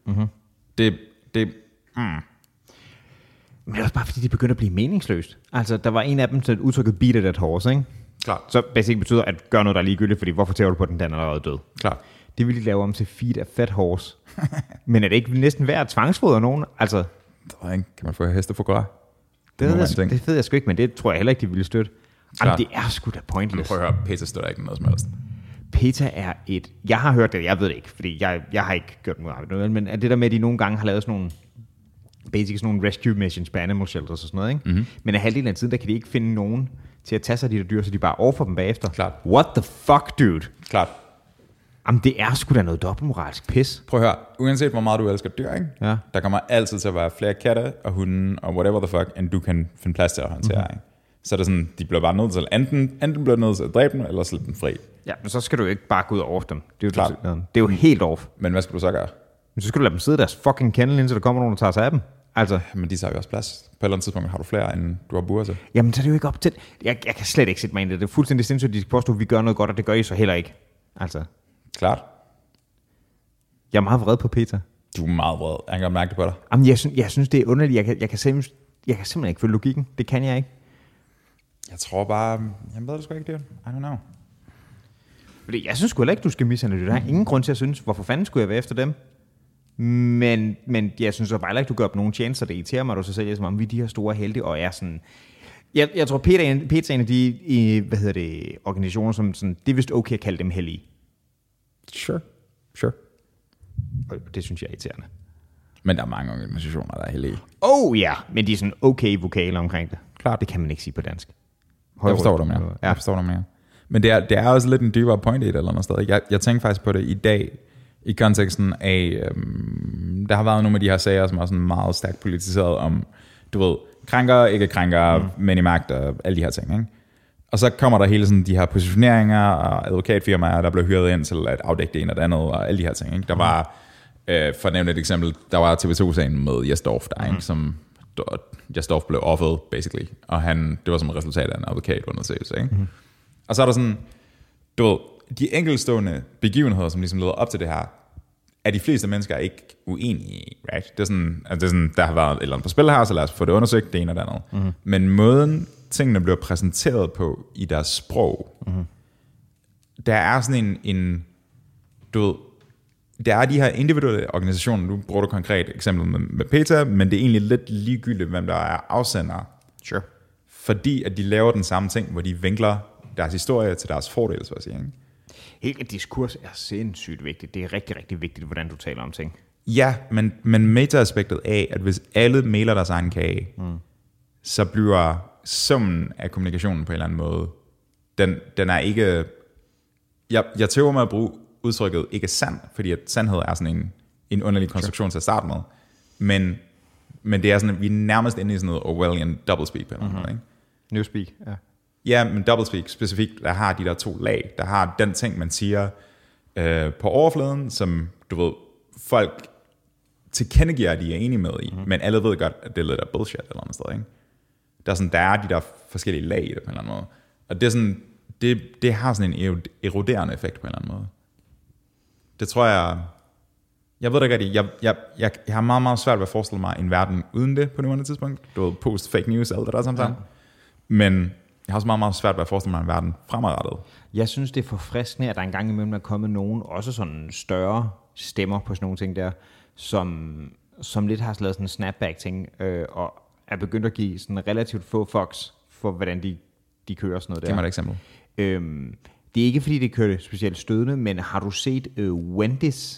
Speaker 2: Men det er også bare fordi, det begynder at blive meningsløst. Altså, der var en af dem, der udtrykket beat it at horse, ikke?
Speaker 1: Klart.
Speaker 2: Så basic betyder at gøre noget, der er ligegyldigt, fordi hvorfor tæver du på den er allerede død?
Speaker 1: Klart.
Speaker 2: Det vil de lave om til feed a fat horse. Men er det ikke næsten værd at tvangsfodre nogen? Altså,
Speaker 1: kan man få heste for græs?
Speaker 2: Det ved jeg sgu ikke, men det tror jeg heller ikke, de ville støtte. Jamen, det er sgu da pointless.
Speaker 1: Prøv at høre, PETA støtter ikke noget som helst.
Speaker 2: PETA er jeg har hørt det, jeg ved det ikke, fordi jeg har ikke gjort noget, men er det der med, at de nogle gange har lavet sådan nogle basic sådan nogle rescue missions på animal shelters og sådan noget, ikke? Men af halvdelen af tiden, der kan de ikke finde nogen til at tage sig af de der dyr, så de bare offer dem bagefter.
Speaker 1: Klart.
Speaker 2: What the fuck, dude?
Speaker 1: Klart.
Speaker 2: Jamen, det er sgu da noget dobbeltmoralsk pis.
Speaker 1: Prøv at høre, uanset hvor meget du elsker dyr, ikke?
Speaker 2: Ja.
Speaker 1: Der kommer altid til at være flere katte og hunde og whatever the fuck, end du kan finde plads til at håndtere, ikke? Så er det sådan, de bliver bare nødt til, enten bliver nødt til at dræbe dem, eller slippe dem fri.
Speaker 2: Ja, men så skal du ikke bare gå ud og off dem. Det er jo,
Speaker 1: det
Speaker 2: er jo helt off.
Speaker 1: Men hvad skal du så gøre?
Speaker 2: Men så skal du lade dem sidde i deres fucking kennel, indtil der kommer nogen, der tager sig af dem. Altså.
Speaker 1: Men de tager jo også plads. På et eller andet tidspunkt har du flere, end du har buer til.
Speaker 2: Jamen, så er det jo ikke op til. Jeg kan slet ikke sætte mig ind i det. Det er fuldstændig sindssygt, at de skal påstå, at vi gør noget godt, og det gør I så heller ikke. Altså.
Speaker 1: Klart.
Speaker 2: Jeg er meget vred på PETA.
Speaker 1: Du er meget vred. Jeg kan godt mærke det på dig.
Speaker 2: Jamen, jeg synes, det er underligt. Jeg kan simpelthen ikke følge logikken. Det kan jeg ikke.
Speaker 1: Jeg tror bare... Jeg ved det sgu ikke, det. I don't know.
Speaker 2: Fordi jeg synes sgu heller ikke, du skal mishandle det. Der er ingen grund til at synes, hvorfor fanden skulle jeg være efter dem? Men jeg synes så bare ikke, du gør op nogen tjenester. Det irriterer mig, at du så sælger, som om vi er de her store helte, og er sådan... Jeg tror, PETA er en af de organisationer, som sådan, det er vist okay at kalde dem hellige.
Speaker 1: Sure.
Speaker 2: Og det synes jeg er irriterende.
Speaker 1: Men der er mange organisationer, der er heldige.
Speaker 2: Ja, men de er sådan okay vokaler omkring det. Klart, det kan man ikke sige på dansk.
Speaker 1: Jeg forstår dig mere. Jeg forstår dig mere. Men det er også lidt en dybere point i et eller andet sted. Jeg tænker faktisk på det i dag, i konteksten af, der har været nogle af de her sager, som er sådan meget stærkt politiseret om, du ved, krænker, ikke krænker, mænd i magt og alle de her ting, ikke? Og så kommer der hele sådan de her positioneringer og advokatfirmaer, der blev hyret ind til at afdække det ene og det andet og alle de her ting, ikke? Der var, for at nævne et eksempel, der var TV2-sagen med Jes Dorf, der, ikke? Som Jes Dorf blev offet, basically. Og det var som et resultat af en advokatundersøgelse, ikke? Og så er der sådan, du ved, de enkeltstående begivenheder, som ligesom leder op til det her, er de fleste mennesker ikke uenige i, right? Det er sådan, der har været et eller andet på spil her, så lad os få det undersøgt, det ene og det andet. Men måden tingene bliver præsenteret på i deres sprog, der er sådan en du ved, der er de her individuelle organisationer, nu bruger du konkret eksempel med PETA, men det er egentlig lidt ligegyldigt, hvem der er afsender.
Speaker 2: Sure.
Speaker 1: Fordi at de laver den samme ting, hvor de vinkler deres historie til deres fordel, så at sige, ikke?
Speaker 2: Helt diskurs er sindssygt vigtigt. Det er rigtig, rigtig vigtigt, hvordan du taler om ting.
Speaker 1: Ja, men meta-aspektet af, at hvis alle mailer deres egen kage, så bliver summen af kommunikationen på en eller anden måde, den er ikke... Jeg tøver med at bruge udtrykket ikke sand, fordi at sandhed er sådan en underlig konstruktion til at starte med. Men det er sådan, at vi er nærmest inde i sådan noget Orwellian doublespeak på en eller anden måde, ikke?
Speaker 2: Newspeak, ja.
Speaker 1: Ja, men doublespeak specifikt, der har de der 2 lag. Der har den ting, man siger på overfladen, som du ved, folk tilkendegiver, at de er enige med i, men alle ved godt, at det er lidt af bullshit eller andet sted, ikke? Der er de der forskellige lag i det på en eller anden måde. Og det er sådan, det har sådan en eroderende effekt på en eller anden måde. Det tror jeg ved det ikke, jeg har meget, meget svært ved at forestille mig en verden uden det på nuværende tidspunkt. Du ved, post fake news, alt det der samtidig. Ja. Men jeg har også meget, meget svært ved at forestille mig en verden fremadrettet.
Speaker 2: Jeg synes, det er forfriskende, at der engang imellem er kommet nogen, også sådan større stemmer på sådan nogle ting der, som lidt har lavet sådan en snapback-ting, og er begyndt at give sådan relativt få fucks for, hvordan de kører sådan noget der.
Speaker 1: Giv mig et eksempel.
Speaker 2: Det er ikke, fordi det kører specielt stødende, men har du set Wendy's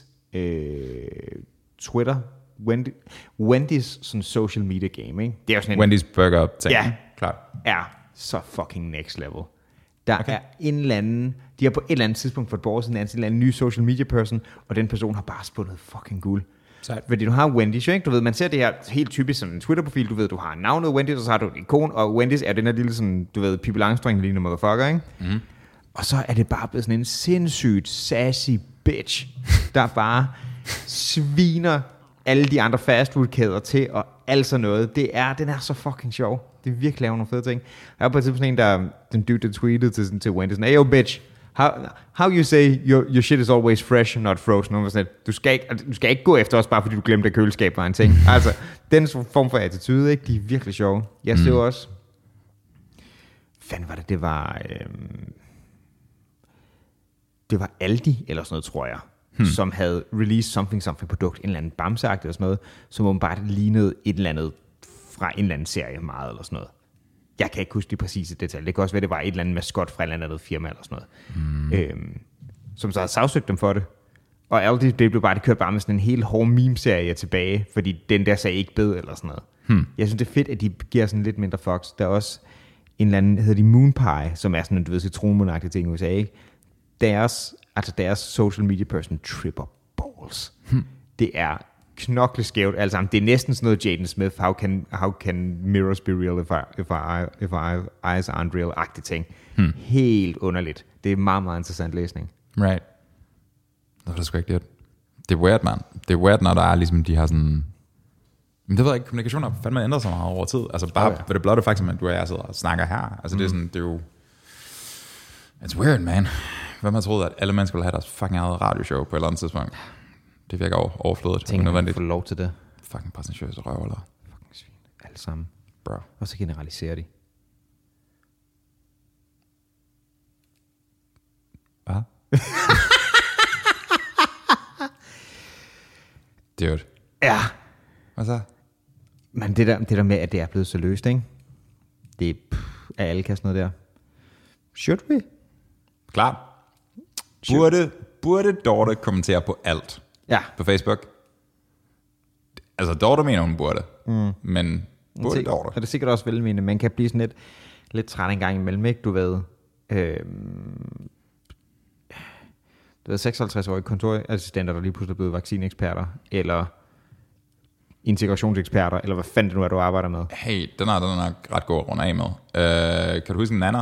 Speaker 2: Twitter? Wendy's sådan social media game, ikke? Det er jo sådan en...
Speaker 1: Wendy's burger ting.
Speaker 2: Ja,
Speaker 1: klart.
Speaker 2: er så fucking next level. Der er en eller anden... De har på et eller andet tidspunkt for et par år siden en eller anden ny social media person, og den person har bare spundet fucking guld. Fordi du har Wendy's, ikke? Du ved, man ser det her helt typisk som en Twitter-profil. Du ved, du har navnet Wendy's, og så har du et ikon, og Wendy's er den her lille sådan, du ved, Pippi Langstrømpe-lignende motherfucker, ikke? Mm. Og så er det bare blevet sådan en sindssygt sassy bitch, der bare sviner alle de andre fastfood-kæder til, og alt sådan noget. Den er så fucking sjov. Det er virkelig lavet nogle fede ting. Jeg har på et tidspunkt den dude, der tweetede til Wendy's, hey yo bitch, how you say your shit is always fresh, not frozen. Sådan, du skal ikke gå efter os, bare fordi du glemte, at køleskab var en ting. Altså, den form for attitude, ikke? De er virkelig sjove. Jeg ser også... Fanden var det? Det var Aldi, eller sådan noget, tror jeg, som havde released something produkt, en eller anden bamseagtigt eller sådan noget, som åbenbart lignede et eller andet fra en eller anden serie meget, eller sådan noget. Jeg kan ikke huske de præcise detaljer. Det kan også være, det var et eller andet maskot fra et eller andet firma, eller sådan noget. Som så havde sagsøgt dem for det. Og Aldi, det kørte bare med sådan en helt hård meme-serie tilbage, fordi den der sag ikke bed, eller sådan noget. Jeg synes, det er fedt, at de giver sådan lidt mindre fucks. Der er også en eller anden, hedder de Moonpie, som er sådan en, du ved, citronmundagtig ting i USA, ikke? Deres social media person tripper balls. Det er knokleskævt alt sammen. Det er næsten sådan noget Jaden Smith, how can mirrors be real if our eyes aren't real-agtig ting. Helt underligt. Det er meget, meget interessant læsning.
Speaker 1: Right. Det er sgu ikke det. Det er weird, man. Det er weird, når der er ligesom, de har sådan... Men det ved jeg ikke, kommunikation har fandme ændret sig meget over tid. Altså bare for det blotte faktisk, at du og jeg sidder og snakker her. Altså det er sådan, det er jo... It's weird, man. Hvem har troet, at alle mennesker vil have deres fucking eget radioshow på et eller andet tidspunkt? Det virker overflødet.
Speaker 2: Tænk, at få lov til det.
Speaker 1: Fucking præsentøse røvler.
Speaker 2: Fucking svin. Alle sammen.
Speaker 1: Bro.
Speaker 2: Og så generaliserer de.
Speaker 1: Hvad? Dude.
Speaker 2: Ja.
Speaker 1: Hvad så?
Speaker 2: Men det der med, at det er blevet så løst, ikke? Det er alle kan sådan noget der. Should we?
Speaker 1: Klart. Burde Dorte kommentere på alt?
Speaker 2: Ja.
Speaker 1: På Facebook? Altså, Dorte mener, hun burde. Men burde Dorte?
Speaker 2: Og det er sikkert også velmenende. Man kan blive sådan lidt træt en gang imellem, ikke? Du ved, 56-årige kontorassistenter, der lige pludselig er blevet vaccineeksperter, eller integrationseksperter, eller hvad fanden det nu er, du arbejder med.
Speaker 1: Hey, den er ret god at runde af med. Kan du huske Nana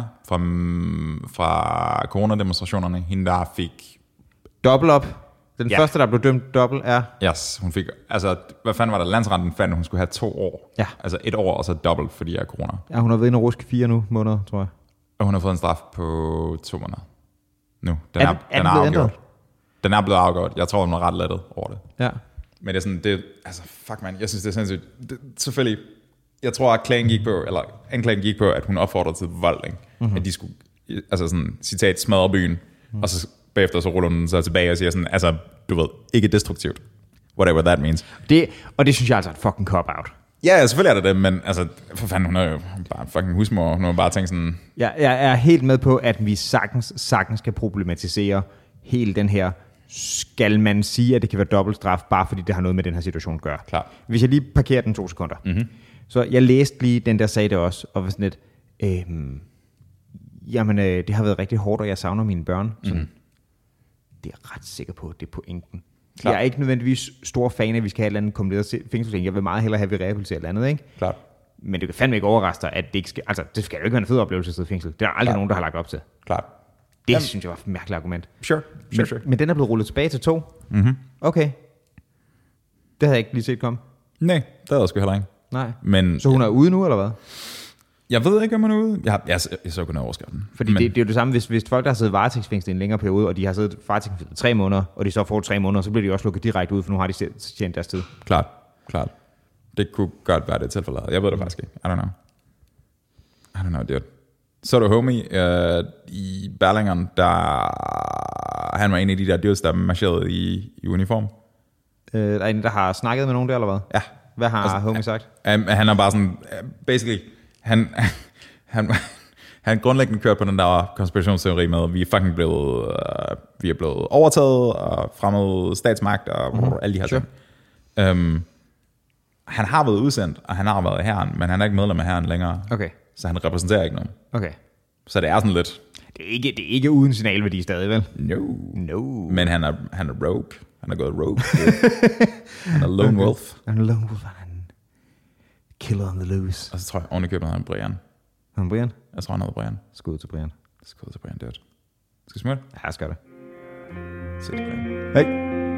Speaker 1: fra coronademonstrationerne? Hende, der fik...
Speaker 2: Double up. Den første, der blev dømt dobbelt, er...
Speaker 1: Yes, hun fik... Altså, hvad fanden var der? Landsretten fandt, hun skulle have 2 år.
Speaker 2: Ja.
Speaker 1: Altså 1 år, og så dobbelt, fordi af corona.
Speaker 2: Ja, hun har været inde og ruske 4 måneder, tror jeg.
Speaker 1: Og hun har fået en straf på 2 måneder. Nu. Den
Speaker 2: er
Speaker 1: afgjort. Den er blevet afgjort. Jeg tror, hun er ret lettet over det.
Speaker 2: Ja.
Speaker 1: Men det er sådan, altså fuck man, jeg synes det er sindssygt. Selvfølgelig, jeg tror at anklagen gik på, at hun opfordrede til vold, ikke? At de skulle, altså sådan, citat, smadre byen, og så bagefter så ruller hun så tilbage og siger sådan, altså, du ved, ikke destruktivt. Whatever that means.
Speaker 2: Og det synes jeg altså er et fucking cop-out.
Speaker 1: Ja, selvfølgelig er det, men altså, for fanden, hun er jo bare fucking husmor, hun har bare tænkt sådan...
Speaker 2: Jeg er helt med på, at vi sagtens kan problematisere hele den her skal man sige, at det kan være dobbeltstraf, bare fordi det har noget med den her situation at gøre.
Speaker 1: Klar.
Speaker 2: Hvis jeg lige parkerer den 2 sekunder. Mm-hmm. Så jeg læste lige den der sagde det også, og var sådan lidt, det har været rigtig hårdt, og jeg savner mine børn. Sådan, det er jeg ret sikker på, det er pointen. Klar. Jeg er ikke nødvendigvis stor fan af, at vi skal have et eller andet kombineret fængselsting. Jeg vil meget hellere have, at vi rehabiliterer et eller andet, ikke?
Speaker 1: Klart.
Speaker 2: Men det kan fandme ikke overraske dig, at det ikke skal... Altså, det skal jo ikke være en fed oplevelse at sidde i fængsel. Det er aldrig nogen, der har lagt op til.
Speaker 1: Klart.
Speaker 2: Det synes jeg var et mærkeligt argument.
Speaker 1: Sure.
Speaker 2: Men den er blevet rullet tilbage til 2.
Speaker 1: Mm-hmm.
Speaker 2: Okay. Det havde jeg ikke lige set komme.
Speaker 1: Nej, det havde jeg sgu heller ikke.
Speaker 2: Nej.
Speaker 1: Men,
Speaker 2: så hun er ude nu, eller hvad?
Speaker 1: Jeg ved ikke, om hun er ude. Jeg så kun overskrive den.
Speaker 2: Fordi det er jo det samme, hvis folk, der har siddet varetægtsfængslet i en længere periode, og de har siddet varetægtsfængslet 3 måneder, og de så får 3 måneder, så bliver de også lukket direkte ud, for nu har de tjent deres tid.
Speaker 1: Klart. Det kunne godt være det tilfælde. Jeg ved det faktisk ikke. I don't know, dude. Så er du homie i Berlingeren, han var en af de der dudes, der marcherede i uniform. Der
Speaker 2: er en, der har snakket med nogen der, eller hvad?
Speaker 1: Ja.
Speaker 2: Hvad har homie sagt?
Speaker 1: Han er bare sådan, basically, han grundlæggende kørt på den der konspirationsteori med, vi er blevet overtaget og fremmed statsmagt og alle de her ting. Han har været udsendt, og han har været i hæren, men han er ikke medlem af hæren længere.
Speaker 2: Okay.
Speaker 1: Så han repræsenterer ikke nogen.
Speaker 2: Okay.
Speaker 1: Så det er sådan lidt...
Speaker 2: Det er ikke uden signalværdi stadig, vel?
Speaker 1: No. Men han er rogue. Han er gået rogue. Han er lone wolf.
Speaker 2: Han er lone wolf. Han er killer on the loose.
Speaker 1: Og så tror jeg ovenikøbet, han er Brian.
Speaker 2: Han er Brian?
Speaker 1: Jeg tror, han hedder Brian.
Speaker 2: Skud til Brian,
Speaker 1: dude. Skal vi smøre det?
Speaker 2: Ja, jeg skal det.
Speaker 1: Sæt det, Brian.
Speaker 2: Hej.